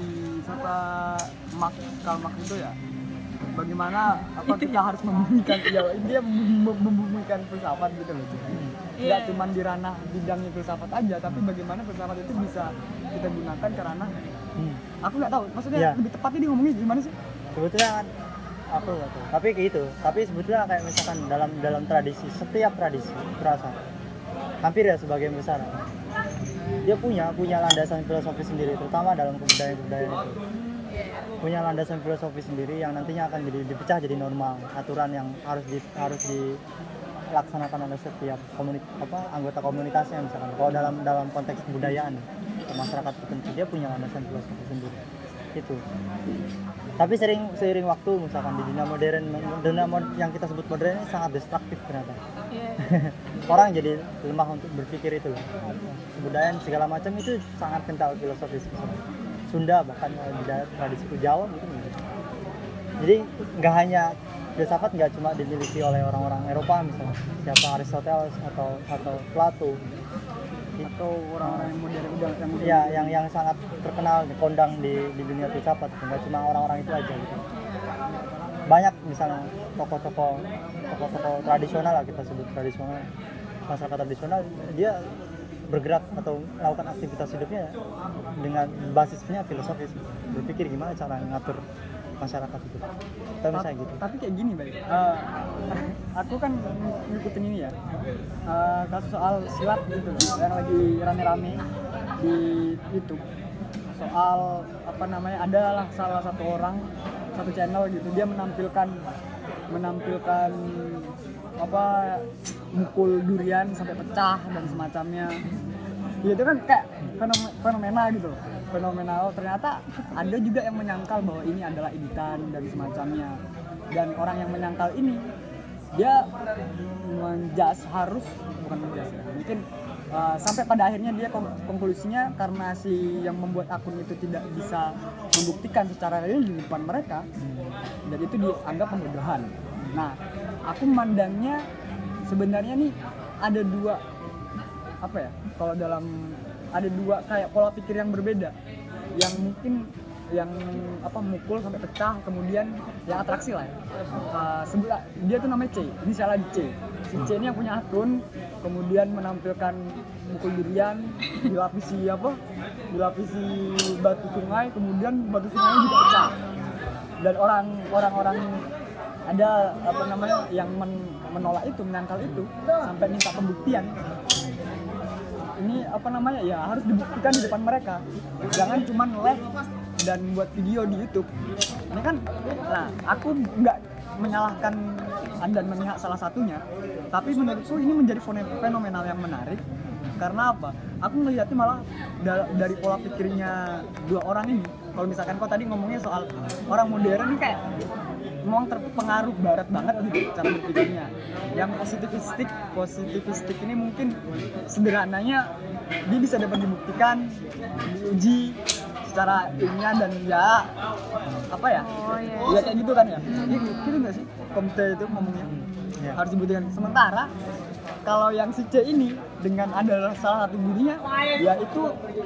Speaker 1: Karl Marx itu ya. Bagaimana kita harus membumikan dia membumikan filsafat gitu loh. Tidak cuma di ranah bidangnya filsafat aja, tapi bagaimana filsafat itu bisa kita gunakan ke ranah. Aku nggak tahu, maksudnya lebih tepatnya dia ngomongnya gimana sih?
Speaker 2: Sebetulnya kan aku nggak tahu. Tapi kayak gitu. Tapi sebetulnya kayak misalkan dalam tradisi, setiap tradisi berasa hampir ya sebagian besar dia punya landasan filosofi sendiri, terutama dalam kebudayaan itu. Punya landasan filosofi sendiri yang nantinya akan dipecah jadi normal, aturan yang harus dilaksanakan oleh setiap anggota komunitasnya misalkan. Kalau dalam konteks kebudayaan masyarakat tertentu dia punya landasan filosofi sendiri. Itu. Tapi seiring waktu misalkan di dunia modern yang kita sebut modern ini sangat destruktif ternyata. Orang jadi lemah untuk berpikir itu. Kebudayaan segala macam itu sangat kental filosofis. Sunda bahkan di tradisi Jawa gitu. Jadi nggak hanya filsafat nggak cuma dimiliki oleh orang-orang Eropa misalnya, siapa Aristoteles atau Plato
Speaker 1: atau orang-orang yang modern
Speaker 2: yang sangat terkenal kondang di dunia filsafat, nggak cuma orang-orang itu aja gitu. Banyak misalnya tokoh-tokoh tradisional lah, kita sebut tradisional, masyarakat tradisional, dia bergerak atau melakukan aktivitas hidupnya dengan basisnya filosofis, berpikir gimana cara ngatur masyarakat itu. Kita misalnya gitu.
Speaker 1: Tapi kayak gini, baik. Aku kan ngikutin ini ya, kasus soal silat gitu loh, yang lagi rame-rame di YouTube. Soal adalah salah satu channel gitu, dia menampilkan mukul durian sampai pecah dan semacamnya. Ya, itu kan kayak fenomena gitu. fenomenal, ternyata ada juga yang menyangkal bahwa ini adalah editan dan semacamnya. Dan orang yang menyangkal ini dia menjas harus bukan menjas ya, mungkin sampai pada akhirnya dia konklusinya karena si yang membuat akun itu tidak bisa membuktikan secara real di depan mereka, dan itu dianggap pembodohan. Nah, aku memandangnya sebenarnya nih ada dua apa ya, kalau dalam ada dua kayak pola pikir yang berbeda, yang mungkin yang apa mukul sampai pecah, kemudian yang atraksi lah ya. Dia tuh namanya C, ini salah di C. Si C ini yang punya akun, kemudian menampilkan mukul durian, dilapisi batu sungai, kemudian batu sungai juga pecah. Dan orang-orang ada apa namanya yang menolak itu, menyangkal itu sampai minta pembuktian. Ini apa namanya ya, harus dibuktikan di depan mereka, jangan cuma live dan buat video di YouTube. Ini kan, nah aku nggak menyalahkan dan memihak salah satunya, tapi menurutku ini menjadi fenomenal yang menarik. Karena apa? Aku melihatnya malah dari pola pikirnya dua orang ini. Kalau misalkan kau tadi ngomongnya soal orang modern ini kayak memang terpengaruh barat banget gitu cara berpikirnya. Yang positivistik ini mungkin sederhananya dia bisa dapat dibuktikan, diuji secara ilmiah dan ya apa ya? Ya kayak gitu kan ya. Gitu nggak sih? Komite itu ngomongnya harus dibuktikan. Sementara kalau yang si C ini dengan adalah salah satu gurunya, ya itu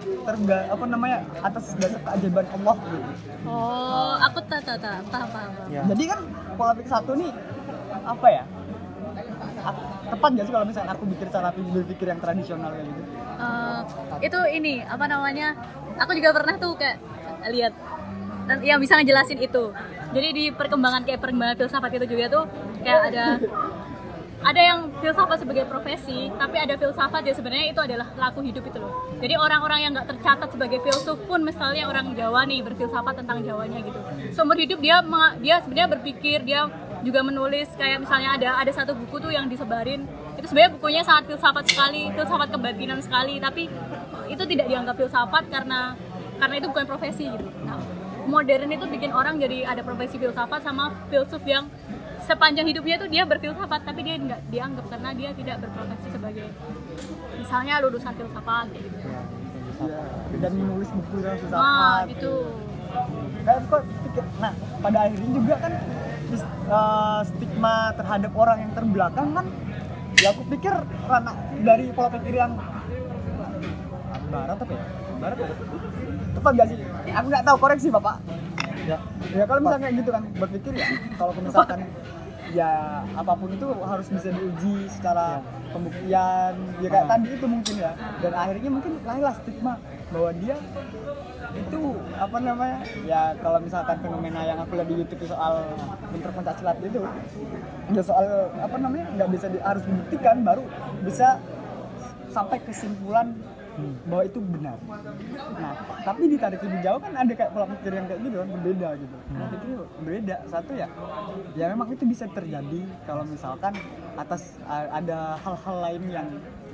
Speaker 1: atas dasar keajaiban Allah gitu.
Speaker 3: Oh, aku paham.
Speaker 2: Ya.
Speaker 1: Jadi kan pola pikir satu nih apa ya? Tepat nggak sih kalau misalnya aku cara berpikir yang tradisional kayak gitu?
Speaker 3: Itu ini apa namanya? Aku juga pernah tuh kayak lihat yang bisa ngejelasin itu. Jadi di perkembangan filsafat itu juga tuh kayak ada yang filsafat sebagai profesi, tapi ada filsafat ya sebenarnya itu adalah laku hidup itu loh. Jadi orang-orang yang nggak tercatat sebagai filsuf pun, misalnya orang Jawa nih berfilsafat tentang Jawanya gitu. Seumur hidup dia sebenarnya berpikir, dia juga menulis, kayak misalnya ada satu buku tuh yang disebarin, itu sebenarnya bukunya sangat filsafat sekali, filsafat kebatinan sekali, tapi itu tidak dianggap filsafat karena itu bukan profesi gitu. Nah, modern itu bikin orang jadi ada profesi filsafat sama filsuf yang sepanjang hidupnya tuh dia berfilsafat, tapi dia nggak dianggap karena dia tidak berprofesi sebagai misalnya lulusan filsafat gitu.
Speaker 1: Ya, dan menulis buku yang filsafat.
Speaker 3: Gitu.
Speaker 1: Kayak kok pikir, nah pada akhirnya juga kan stigma terhadap orang yang terbelakang kan, ya aku pikir dari pola pikir yang barat apa ya? Barat ya? Tepat nggak sih? Aku nggak tahu, koreksi bapak. Ya kalau misalnya kayak gitu kan berpikir ya, kalau misalkan ya apapun itu harus bisa diuji secara pembuktian ya kayak tadi itu mungkin ya, dan akhirnya mungkin lahirlah stigma bahwa dia itu apa namanya ya, kalau misalkan fenomena yang aku lihat di YouTube soal bentrok pencaksilat itu ya soal apa namanya nggak bisa harus dibuktikan baru bisa sampai kesimpulan bahwa itu benar. Nah, tapi ditarik lebih jauh kan ada kayak pola pikir yang kayak gitu kan, berbeda gitu. Pola pikir berbeda. Satu ya memang itu bisa terjadi kalau misalkan ada hal-hal lain yang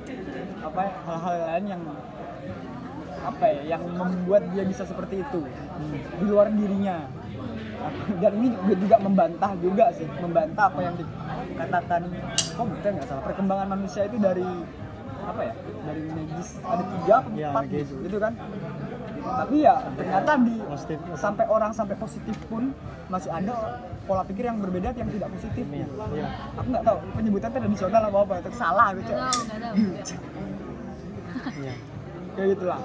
Speaker 1: yang membuat dia bisa seperti itu di luar dirinya. Dan ini juga membantah apa yang dikatakan nggak salah, perkembangan manusia itu dari dari medis ada 3 atau 4 gitu kan. Tapi ya ternyata sampai orang sampai positif pun masih ada pola pikir yang berbeda yang tidak positif. Aku nggak tahu penyebutan tradisional apa itu salah gitu.
Speaker 3: Nggak tahu.
Speaker 1: Kayak gitulah.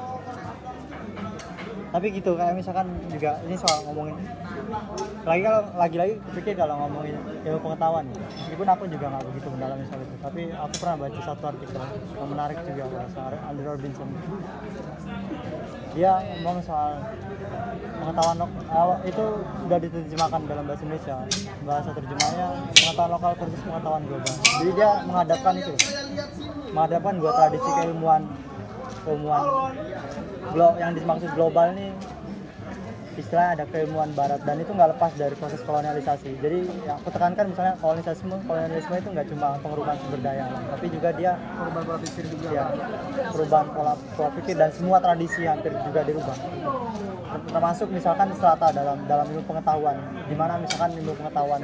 Speaker 2: Tapi gitu kayak misalkan juga ini soal ngomongin lagi pikir kalau ngomongin ilmu pengetahuan ya. Meskipun aku juga nggak begitu mendalam soal itu, tapi aku pernah baca satu artikel yang menarik juga soal Andy Robinson. Dia ngomong soal pengetahuan itu sudah diterjemahkan dalam bahasa Indonesia. Bahasa terjemahnya pengetahuan lokal versus pengetahuan global. Jadi dia menghadapkan dua tradisi keilmuan yang dimaksud global ini istilah ada keilmuan barat dan itu nggak lepas dari proses kolonialisasi. Jadi yang aku tekankan misalnya kolonialisme itu nggak cuma penguruban sumber daya alam, tapi juga dia
Speaker 1: perubahan pola pikir juga.
Speaker 2: ya, perubahan pola pikir dan semua tradisi hampir juga dirubah. Termasuk misalkan strata dalam ilmu pengetahuan, di mana misalkan ilmu pengetahuan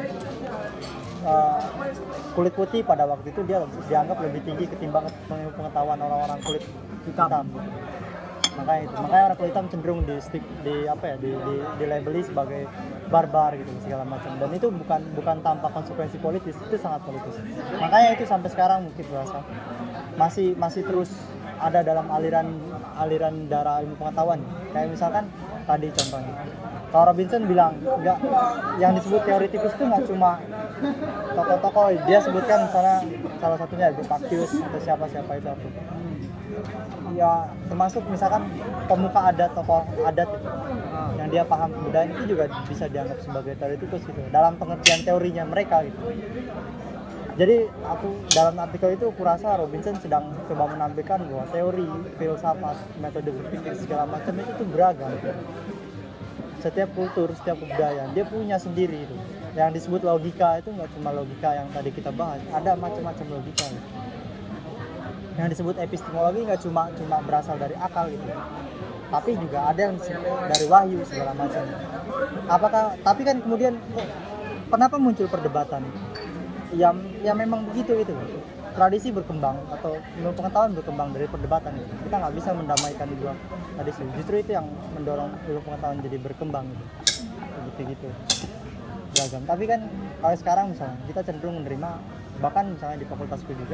Speaker 2: kulit putih pada waktu itu dia dianggap lebih tinggi ketimbang ilmu pengetahuan orang-orang kulit hitam. Makanya orang kulit hitam cenderung di labeli sebagai barbar gitu segala macam, dan itu bukan tanpa konsekuensi politis, itu sangat politis. Makanya itu sampai sekarang mungkin berasa masih terus ada dalam aliran darah ilmu pengetahuan. Kayak misalkan tadi contohnya kalau Robinson bilang enggak, yang disebut teoretikus itu nggak cuma tokoh-tokoh, dia sebutkan misalnya salah satunya Baktius atau siapa itu aku. Ya termasuk misalkan pemuka adat, tokoh adat yang dia paham kebudayaan itu juga bisa dianggap sebagai teoretikus gitu dalam pengertian teorinya mereka gitu. Jadi aku dalam artikel itu kurasa Robinson sedang coba menampilkan bahwa teori, filsafat, metode berpikir segala macam itu tuh beragam. Setiap kultur, setiap kebudayaan dia punya sendiri itu. Yang disebut logika itu nggak cuma logika yang tadi kita bahas, ada macam-macam logika gitu. Yang disebut epistemologi nggak cuma berasal dari akal gitu, tapi juga ada yang dari wahyu segala macam. Tapi kan kemudian kenapa muncul perdebatan? Ya memang begitu gitu. Tradisi berkembang atau ilmu pengetahuan berkembang dari perdebatan gitu. Kita nggak bisa mendamaikan dua tradisi. Justru itu yang mendorong ilmu pengetahuan jadi berkembang gitu. Beragam. Tapi kan kalau sekarang misalnya kita cenderung menerima, bahkan misalnya di fakultasku juga,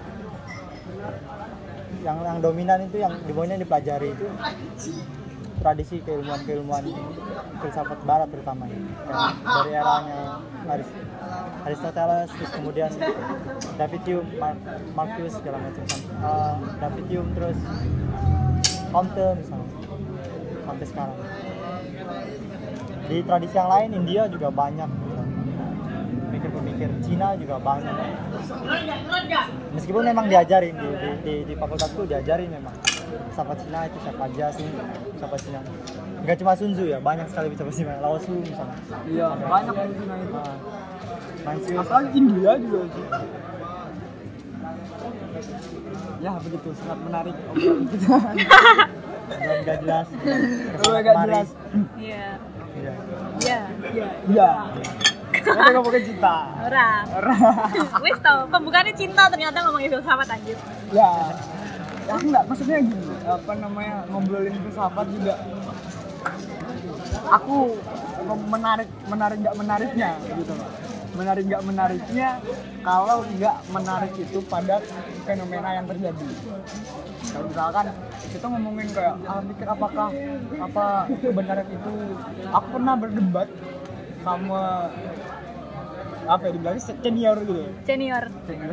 Speaker 2: yang dominan itu yang di bawahnya dipelajari itu tradisi keilmuan filsafat barat terutama ya. Kayak dari eranya Aristoteles, terus kemudian David Hume, Marcus segala macam, David Hume, terus Comte misalnya sampai sekarang. Di tradisi yang lain India juga banyak pemikir, Cina juga banyak. Meskipun memang diajarin di fakultasku diajarin memang filsafat Cina itu siapa aja sih, filsafat Cina. Enggak cuma Sun Tzu ya, banyak sekali filsafat Cina. Lao Tzu misalnya.
Speaker 1: Iya, banyak di Cina itu.
Speaker 2: Confucius.
Speaker 1: Apalagi India juga sih. Ya begitu, sangat menarik obrolan kita.
Speaker 2: Enggak jelas.
Speaker 1: Enggak jelas.
Speaker 3: Iya.
Speaker 2: Iya.
Speaker 1: Iya. Kita ngomongin cinta.
Speaker 3: Orang. Wis tau, pembukaannya cinta ternyata ngomongin filsafat anjir.
Speaker 1: Ya aku nggak, maksudnya gini, ngobrolin filsafat juga. Aku menarik nggak menariknya gitu loh. Menarik nggak menariknya kalau nggak menarik itu pada fenomena yang terjadi. Kalau misalkan kita ngomongin kayak pikir apa kebenaran itu, aku pernah berdebat sama dibilangnya senior gitu.
Speaker 3: Senior.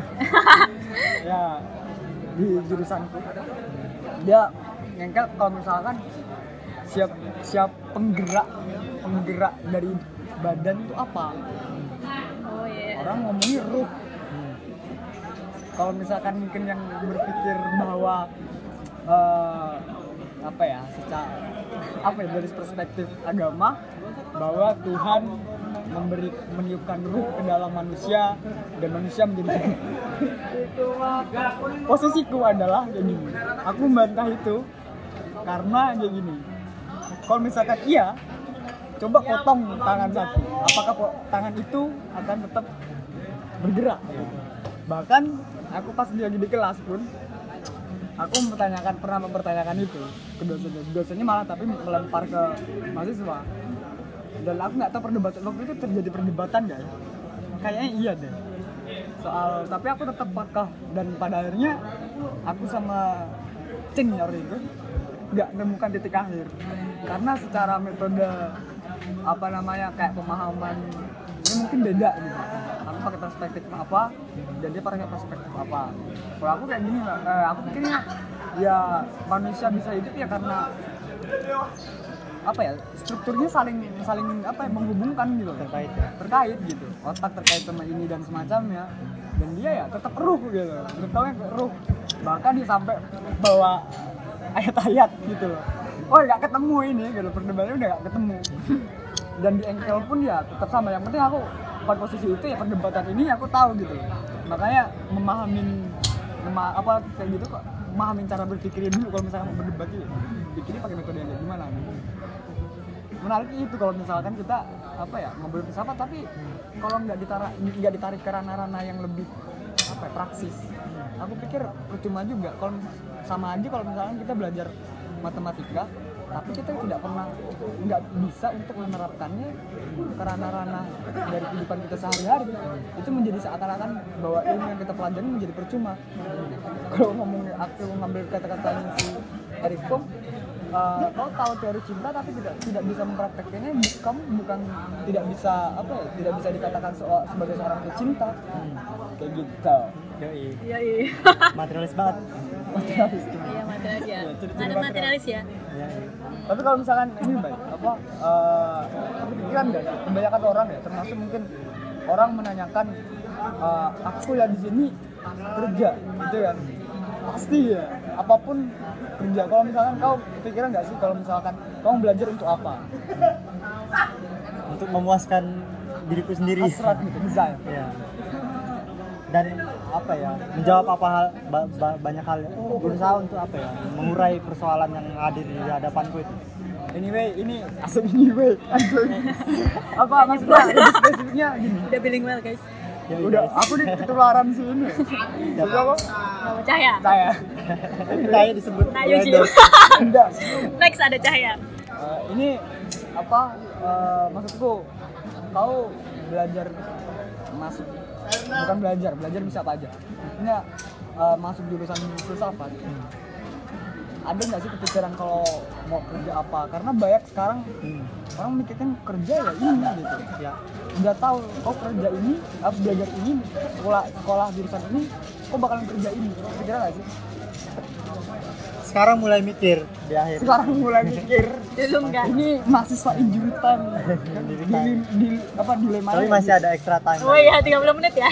Speaker 1: Ya di jurusanku dia ngengkel kalau misalkan siap penggerak dari badan itu apa.
Speaker 3: Oh iya.
Speaker 1: Orang ngomongin ruh. Kalau misalkan mungkin yang berpikir bahwa dari perspektif agama bahwa Tuhan meniupkan ruh ke dalam manusia dan manusia menjadi posisiku adalah kayak gini. Aku membantah itu karena kayak gini. Kalau misalkan iya, coba potong tangan satu, apakah tangan itu akan tetap bergerak? Bahkan aku pas lagi di kelas pun aku pernah mempertanyakan itu ke dosennya malah tapi melempar ke mahasiswa. Dan aku nggak tahu perdebatan waktu itu terjadi perdebatan nggak ya? Kayaknya iya deh. Tapi aku tetap pakah dan pada akhirnya aku sama senior itu nggak menemukan titik akhir karena secara metode kayak pemahaman ini mungkin beda gitu. Aku pakai perspektif apa dan dia pakai perspektif apa. Kalau aku kayak gini aku pikirnya ya manusia bisa hidup ya karena strukturnya saling menghubungkan gitu, terkait gitu, otak terkait sama ini dan semacamnya, dan dia ya tetap ruh gitu, terutama ruh, bahkan dia sampai bawa ayat-ayat gitu loh, oh nggak ketemu ini gitu, perdebatannya udah nggak ketemu. Dan di engkel pun ya tetap sama, yang penting aku pada posisi itu ya, perdebatan ini aku tahu gitu. Makanya kayak gitu kok, memahamin cara berpikirnya dulu kalau misalkan mau berdebat itu pikirnya pakai metode yang gimana gitu. Menarik itu kalau misalkan kita ngobrol filsafat, tapi kalau nggak ditarik ke ranah-ranah yang lebih praksis, aku pikir percuma juga. Kalau sama aja kalau misalkan kita belajar matematika tapi kita nggak bisa untuk menerapkannya ke ranah-ranah dari kehidupan kita sehari-hari. Itu menjadi seakan-akan bahwa ilmu yang kita pelajari menjadi percuma. Kalau ngomongin, aku ngambil kata-katanya si Eric Fromm, kau tahu teori cinta tapi tidak bisa mempraktekkannya, kamu bukan tidak bisa dikatakan sebagai seorang pecinta. Kayak gitu.
Speaker 3: Iya.
Speaker 2: Materialis banget.
Speaker 1: Materialis.
Speaker 3: Iya, materialis ya. Ada materialis ya.
Speaker 1: Tapi kalau misalkan ini aku pikiran nggak, kebanyakan orang ya, termasuk mungkin orang menanyakan, aku ya di sini kerja gitu kan, pasti ya apapun kerja. Kalau misalkan kau kepikiran nggak sih kalau misalkan kamu belajar untuk apa?
Speaker 2: Untuk memuaskan diriku sendiri.
Speaker 1: Hasrat gitu, desire.
Speaker 2: Ya. Dan menjawab banyak hal, berusaha untuk mengurai persoalan yang hadir di hadapanku itu.
Speaker 1: Anyway, ini asal anyway. Maksudnya lebih spesifiknya gini.
Speaker 3: Udah bilingual guys.
Speaker 2: Ya,
Speaker 1: udah, aku ketularan sih ini.
Speaker 3: Nama Cahya.
Speaker 2: Cahya disebut.
Speaker 1: Enggak.
Speaker 3: Next ada Cahya.
Speaker 1: Ini maksudku, kau belajar masuk, bukan belajar bisa apa aja. Maksudnya masuk jurusan filsafat. Ada nggak sih kepikiran kalau mau kerja apa? Karena banyak sekarang orang mikirkan kerja ya ini gitu. Ya, udah tahu kau kerja ini, belajar ini, sekolah jurusan ini, kau bakalan kerja ini. Kepikiran nggak sih?
Speaker 2: Sekarang mulai mikir di akhir.
Speaker 3: Belum enggak.
Speaker 1: Ini mahasiswa injurutan. Dilema.
Speaker 2: Tapi masih ada extra time.
Speaker 3: Oh iya, 30 menit ya.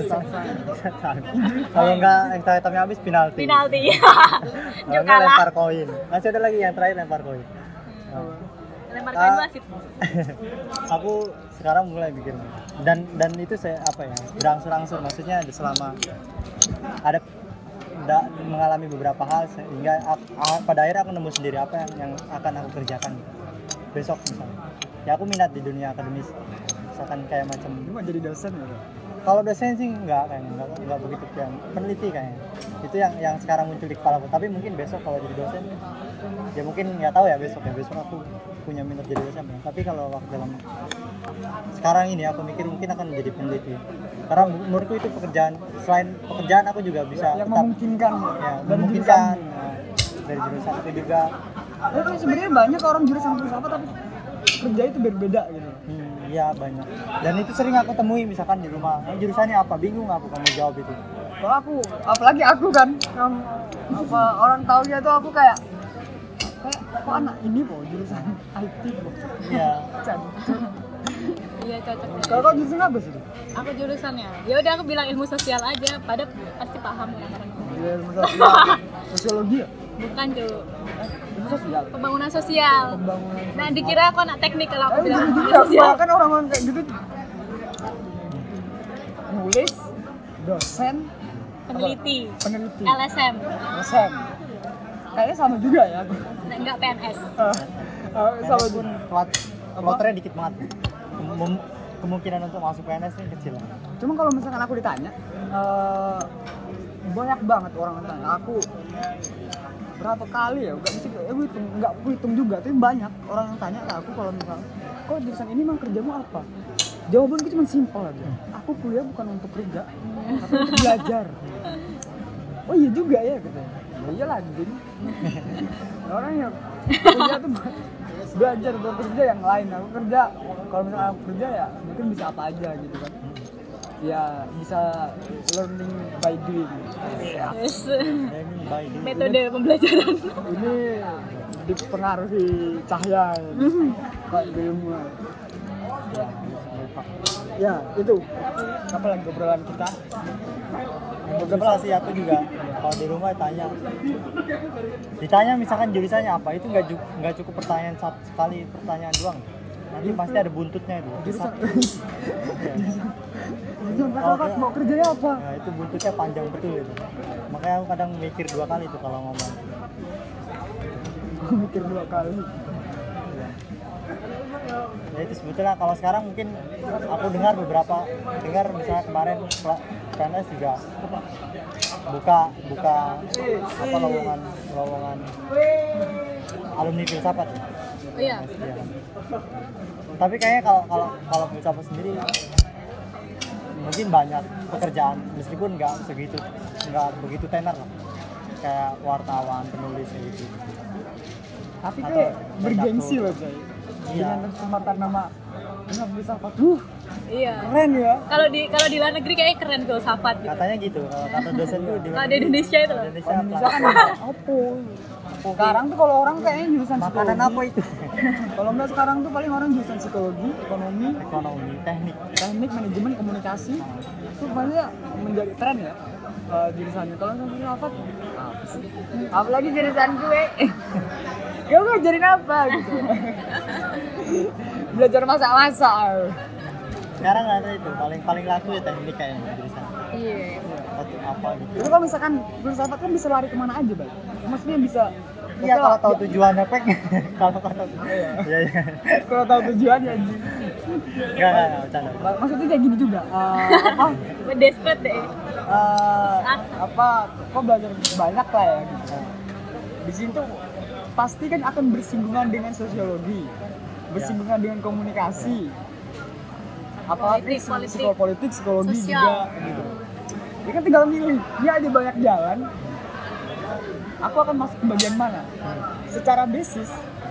Speaker 2: Kalau enggak extra time-nya habis penalti.
Speaker 3: Yuk kalah.
Speaker 2: Lempar koin. Masih ada lagi yang terakhir, lempar koin.
Speaker 3: Lempar koin wasit.
Speaker 2: Aku sekarang mulai mikir. Dan itu saya berangsur-angsur, maksudnya selama ada mengalami beberapa hal sehingga pada akhirnya aku nemu sendiri apa yang akan aku kerjakan besok misalnya. Ya aku minat di dunia akademis, misalkan kayak macam
Speaker 1: mau jadi dosen ya.
Speaker 2: Kalau dosen sih enggak begitu, yang peneliti kayaknya. Itu yang sekarang muncul di kepala aku. Tapi mungkin besok kalau jadi dosen ya mungkin nggak tahu ya, besok aku punya minat jadi dosen. Tapi kalau waktu dalam sekarang ini aku mikir mungkin akan menjadi peneliti. Karena menurutku itu pekerjaan, selain pekerjaan aku juga bisa
Speaker 1: yang
Speaker 2: tetap
Speaker 1: memungkinkan
Speaker 2: memungkinkan dari jurusan itu juga.
Speaker 1: Tapi sebenarnya banyak orang jurusan filsafat tapi kerja itu berbeda gitu.
Speaker 2: Iya banyak. Dan itu sering aku temui misalkan di rumah. Jurusannya apa? Bingung aku kamu jawab itu.
Speaker 1: Kalau apalagi aku kan, orang tahu dia tuh aku kayak kok anak ini jurusan IT
Speaker 2: Iya.
Speaker 3: Iya cocok.
Speaker 1: Kalau kau jurusan apa sih?
Speaker 3: Aku jurusannya. Ya udah aku bilang ilmu sosial aja. Pada pasti paham orang-orang.
Speaker 1: Ilmu sosial. Sosiologi ya?
Speaker 3: Bukan tuh.
Speaker 1: Ilmu sosial.
Speaker 3: Pembangunan sosial. Nah dikira aku anak teknik kalau aku bilang ilmu
Speaker 1: juga
Speaker 3: sosial.
Speaker 1: kan orang-orang kayak gitu. Nulis, dosen,
Speaker 3: Peneliti.
Speaker 1: LSM. Kayaknya sama juga ya aku.
Speaker 3: Nah, enggak PNS.
Speaker 2: Sama pun lotre dikit banget. Kemungkinan untuk masuk PNS ini kecil.
Speaker 1: Cuma kalau misalkan aku ditanya, banyak banget orang yang tanya aku berapa kali ya, nggak hitung juga, tapi banyak orang yang tanya ke aku kalau misalnya, kok jurusan ini emang kerjamu apa? Jawabanku cuma simpel aja, aku kuliah bukan untuk kerja, tapi untuk belajar. Oh iya juga ya katanya. Ya iyalah anjing. Orang yang kuliah tuh belajar untuk kerja yang lain. Aku kerja, kalau misalnya aku kerja ya mungkin bisa apa aja gitu kan. Ya bisa learning by doing.
Speaker 3: Yes.
Speaker 2: Learning by doing.
Speaker 3: Metode pembelajaran.
Speaker 1: Ini dipengaruhi cahaya. Kok ilmu. Ya itu apa lagi obrolan kita?
Speaker 2: Beberapa sih aku juga Kalau di rumah ditanya misalkan jurusannya apa, itu nggak cukup pertanyaan sekali pertanyaan doang. Nanti pasti ada buntutnya itu.
Speaker 1: Jurusan filsafat mau kerjanya apa?
Speaker 2: Nah, itu buntutnya panjang betul itu. Makanya aku kadang mikir 2 kali tuh kalau ngomong.
Speaker 1: Mikir 2 kali.
Speaker 2: Ya itu sebetulnya kalau sekarang mungkin aku dengar misalnya kemarin PNS juga buka apa lowongan alumni filsafat.
Speaker 3: Oh iya.
Speaker 2: Ya. Tapi kayaknya kalau filsafat sendiri mungkin banyak pekerjaan meskipun nggak begitu tenar lah, kayak wartawan, penulis kayak gitu.
Speaker 1: Tapi
Speaker 2: Atau
Speaker 1: kayak bergengsi
Speaker 2: redaktur.
Speaker 1: loh coy.
Speaker 2: Iya.
Speaker 1: Dengan kesempatan nama filsafat.
Speaker 3: Iya.
Speaker 1: Keren ya.
Speaker 3: Kalau di luar negeri kayaknya keren filsafat gitu.
Speaker 2: Katanya gitu, kalau kata dosen tuh
Speaker 3: Kalau di Indonesia itu loh.
Speaker 2: Indonesia
Speaker 1: Indonesia kan apa? Sekarang tuh kalau orang kayaknya jurusan
Speaker 2: makanan
Speaker 1: psikologi.
Speaker 2: apa itu?
Speaker 1: Kalau enggak sekarang tuh paling orang jurusan psikologi, ekonomi,
Speaker 2: Teknik.
Speaker 1: manajemen, komunikasi. Itu banyak menjadi tren ya jurusannya. Kalau jurusan filsafat apa sih? Apalagi jurusan gue. Gue ngajarin apa gitu. Belajar masak-masak.
Speaker 2: Sekarang ada itu paling laku ya teknik kayaknya jurusan.
Speaker 3: Iya.
Speaker 2: Atau apa gitu.
Speaker 1: Tapi kalau misalkan filsafat kan bisa lari kemana aja, Bang. Maksudnya bisa.
Speaker 2: Iya
Speaker 1: oke
Speaker 2: kalau
Speaker 1: lah,
Speaker 2: tahu tujuannya pek. Kalau iya.
Speaker 1: kalau tahu tujuannya anjing.
Speaker 2: Enggak bercanda.
Speaker 1: Maksudnya kayak gini juga. Apa?
Speaker 3: Desperate deh.
Speaker 1: Apa? Kok belajar banyak lah ya gitu. Di sini tuh pasti kan akan bersinggungan dengan sosiologi, bersinggungan dengan komunikasi,
Speaker 3: Politik,
Speaker 1: politik, psikologi
Speaker 3: sosial.
Speaker 1: juga gitu. Dia kan tinggal milih, dia ada banyak jalan. Aku akan masuk ke bagian mana? Secara basis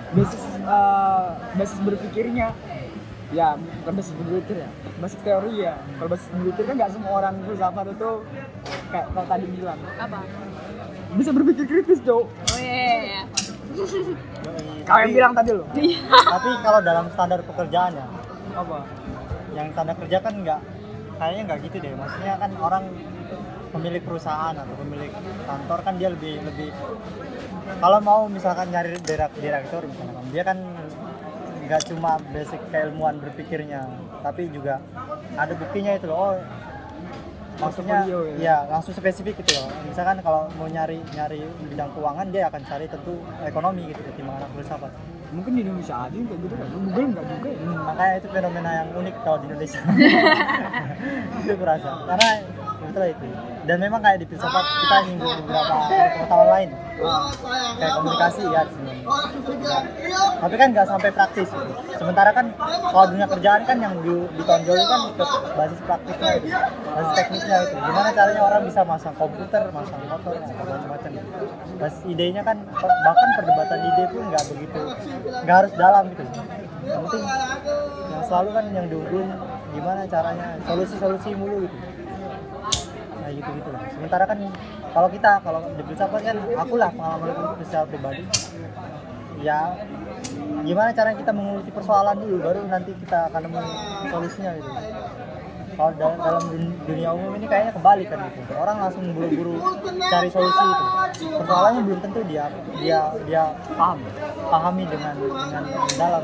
Speaker 1: berpikirnya, ya bukan basis berpikir ya, basis teori ya. Kalau basis berpikir kan nggak semua orang filsafat itu kayak kalau tadi bilang
Speaker 3: Apa?
Speaker 1: bisa berpikir kritis, Cok.
Speaker 3: Oh iya.
Speaker 1: Kau yang bilang tadi loh.
Speaker 2: Tapi kalau dalam standar pekerjaan ya,
Speaker 1: Apa?
Speaker 2: yang tanda kerja kan kayaknya nggak gitu deh. Maksudnya kan orang pemilik perusahaan atau pemilik kantor kan dia lebih kalau mau misalkan nyari direktur misalkan, dia kan nggak cuma basic keilmuan berpikirnya, tapi juga ada buktinya itu loh. Oh, maksudnya
Speaker 1: Portfolio,
Speaker 2: ya langsung spesifik gitu loh. Misalkan kalau mau nyari bidang keuangan, dia akan cari tentu ekonomi gitu ketimbang anak filsafat.
Speaker 1: Mungkin di Indonesia aja yang kayak gitu kan. Google nggak juga ya.
Speaker 2: Makanya itu fenomena yang unik kalau di Indonesia. Itu berasa karena itulah itu. Dan memang kayak di filsafat kita nyinggung beberapa pengetahuan lain, kayak komunikasi ya di sini. Tapi kan nggak sampai praktis gitu. Sementara kan kalau dunia kerjaan kan yang ditonjolin kan ke basis praktisnya itu, basis teknisnya itu. Gimana caranya orang bisa masang komputer, masang motor, atau macam-macam. Basis idenya kan bahkan perdebatan ide pun nggak harus dalam gitu. Yang penting yang selalu kan yang diunggulin gimana caranya, solusi mulu gitu. Nah gitu lah. Sementara kan kalau di filsafat kan akulah pengalaman aku secara pribadi ya gimana caranya kita mengurusi persoalan dulu baru nanti kita akan nemu solusinya gitu. Kalau dalam dunia umum ini kayaknya kebalik kan gitu. Orang langsung buru-buru cari solusi itu. Persoalannya belum tentu dia pahami dengan dalam.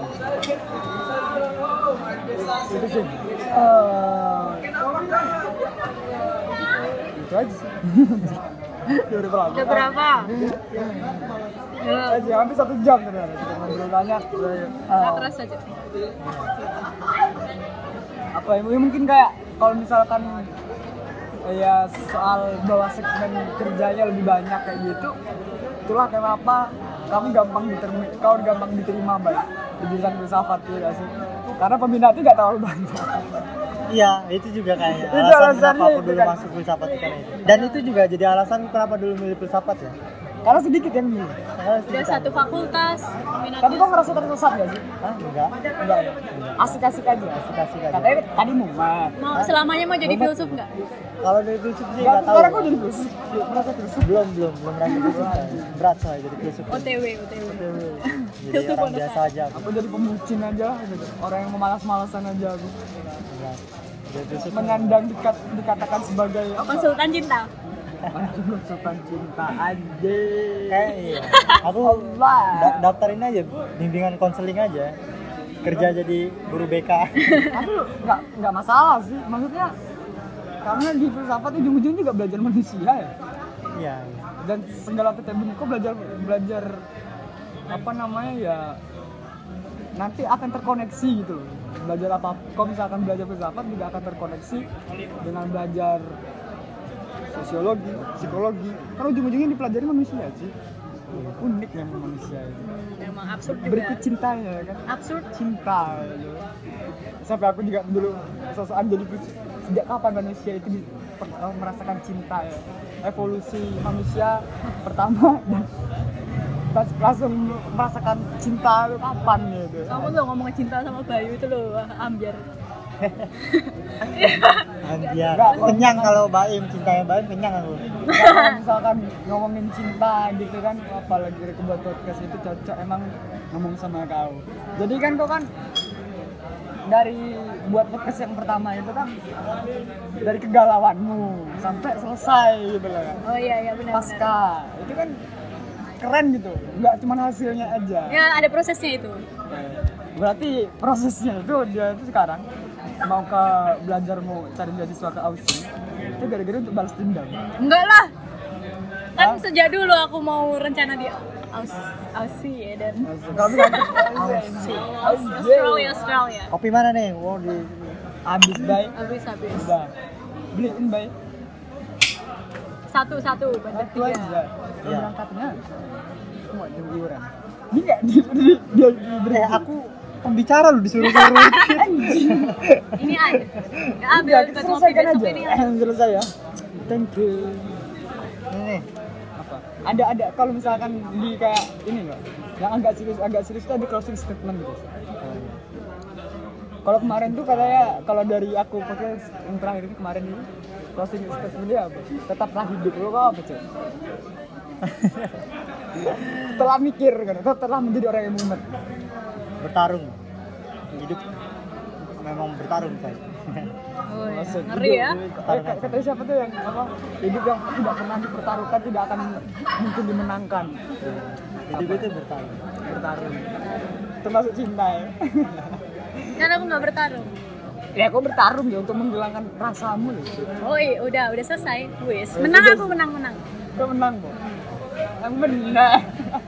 Speaker 1: Itu sih. Itu aja sih.
Speaker 3: Udah berapa?
Speaker 1: Aja hampir 1 jam ternyata kita ngobrol banyak.
Speaker 3: Nggak terasa aja.
Speaker 1: Apa ya mungkin kayak kalau misalkan ya soal bahwa segmen kerjanya lebih banyak kayak gitu, itulah kenapa kamu gampang diterima baik di jurusan filsafat ya sih, karena peminatnya nggak terlalu banyak.
Speaker 2: Iya, itu juga kayaknya
Speaker 1: Itu
Speaker 2: alasan
Speaker 1: alasannya
Speaker 2: kenapa aku
Speaker 1: itu
Speaker 2: dulu
Speaker 1: kan.
Speaker 2: masuk filsafat itu kan itu. Dan itu juga jadi alasan kenapa dulu milih filsafat ya.
Speaker 1: Karena sedikit yang milih.
Speaker 2: Karena
Speaker 3: Udah
Speaker 2: sedikit
Speaker 3: satu
Speaker 2: ada.
Speaker 3: fakultas,
Speaker 1: Tapi kok ngerasa tersesat gak sih?
Speaker 2: Hah? Enggak.
Speaker 1: Enggak ya? Asik-asik aja.
Speaker 2: Asik-asik aja.
Speaker 1: Katanya tadi mumat.
Speaker 3: mau selamanya mau jadi filsuf nggak?
Speaker 2: Kalau dari filsuf sih
Speaker 1: Enggak,
Speaker 2: enggak tahu.
Speaker 1: sekarang kok jadi filsuf? Merasa filsuf?
Speaker 2: belum merasa filsuf. Berat soalnya jadi filsuf.
Speaker 3: OTW.
Speaker 2: Jadi
Speaker 3: Filsuf
Speaker 2: orang
Speaker 3: bonus
Speaker 2: biasa aja.
Speaker 1: Aku jadi pembucin aja gitu. Orang yang memalas-malasan aja aku.
Speaker 2: Berat. Jadi filsuf
Speaker 1: Menyandang dikatakan sebagai apa?
Speaker 3: Konsultan cinta.
Speaker 1: Filsafat cinta aja.
Speaker 2: Iya. Aku
Speaker 1: Allah.
Speaker 2: daftarin aja bimbingan konseling aja. Kerja jadi guru BK.
Speaker 1: Aku nggak masalah sih, maksudnya karena di filsafat ujung-ujungnya juga belajar manusia ya.
Speaker 2: Iya.
Speaker 1: Dan segala kok belajar apa namanya ya, nanti akan terkoneksi gitu loh. Belajar apa, kalau misalkan belajar filsafat juga akan terkoneksi dengan belajar sosiologi, psikologi, karena ujung-ujungnya dipelajari manusia sih. Unik memang manusia itu.
Speaker 3: Emang absurd juga.
Speaker 1: Berikut cintanya kan,
Speaker 3: Absurd.
Speaker 1: cinta gitu. Sampai aku juga dulu sosokan jadi sejak kapan manusia itu merasakan cinta ya. Evolusi manusia pertama dan langsung merasakan cinta itu kapan gitu.
Speaker 3: Kamu tuh ngomong cinta sama Bayu itu loh, ambiar.
Speaker 2: Anjir. Kenyang kalau Baim, cintanya Baim kenyang aku.
Speaker 1: Kalau misalkan ngomongin cinta gitu kan, apalagi buat podcast itu cocok emang ngomong sama kau. Jadi kan kau kan dari buat podcast yang pertama itu kan dari kegalauanmu sampai selesai gitu loh kan.
Speaker 3: Oh iya benar.
Speaker 1: Pasca itu kan keren gitu, nggak cuma hasilnya aja.
Speaker 3: Ya ada prosesnya itu.
Speaker 1: Berarti prosesnya itu dia itu sekarang mau ke belajar, mau cari beasiswa ke Aussie itu gara-gara untuk balas dendam.
Speaker 3: Enggak lah. Kan sejak dulu aku mau rencana di Aussie ya dan Australia.
Speaker 2: Kopi mana nih? Wow, di
Speaker 1: Habis bay,
Speaker 3: Habis.
Speaker 1: udah beliin bay.
Speaker 3: Satu bantu
Speaker 1: Satu
Speaker 3: tiga.
Speaker 1: aja.
Speaker 2: Iya.
Speaker 1: Berangkatnya semua jam iuran. Ini nggak dia beri
Speaker 2: aku pembicara lu disuruh-suruh.
Speaker 3: Ini ada. Enggak ambil
Speaker 1: Udah,
Speaker 3: buat ngopi
Speaker 1: selesaikan
Speaker 3: besok
Speaker 1: aja.
Speaker 3: ini.
Speaker 1: Selesai ya. Thank you.
Speaker 2: Ini
Speaker 1: Apa? Ada kalau misalkan di kayak ini enggak? Yang agak serius itu ada closing statement gitu. Kalau kemarin tuh katanya, kalau dari aku podcast yang terakhir ini kemarin ini closing statement dia apa? Tetaplah hidup. Lo apa cek? Setelah mikir kan, setelah menjadi orang yang mumet.
Speaker 2: bertarung. Hidup memang bertarung, saya.
Speaker 3: Oh, iya.
Speaker 1: Maksud
Speaker 3: Ngeri ya.
Speaker 1: Kata siapa tuh yang apa? Hidup yang tidak pernah dipertaruhkan tidak akan mungkin dimenangkan.
Speaker 2: Hidup itu bertarung.
Speaker 1: Bertarung. Termasuk cinta ya.
Speaker 3: Kan aku nggak bertarung.
Speaker 1: Ya aku bertarung ya untuk menghilangkan rasamu loh.
Speaker 3: Oh iya, udah selesai. Wis. Menang aku menang.
Speaker 1: Kau menang, Bo. Yang benar.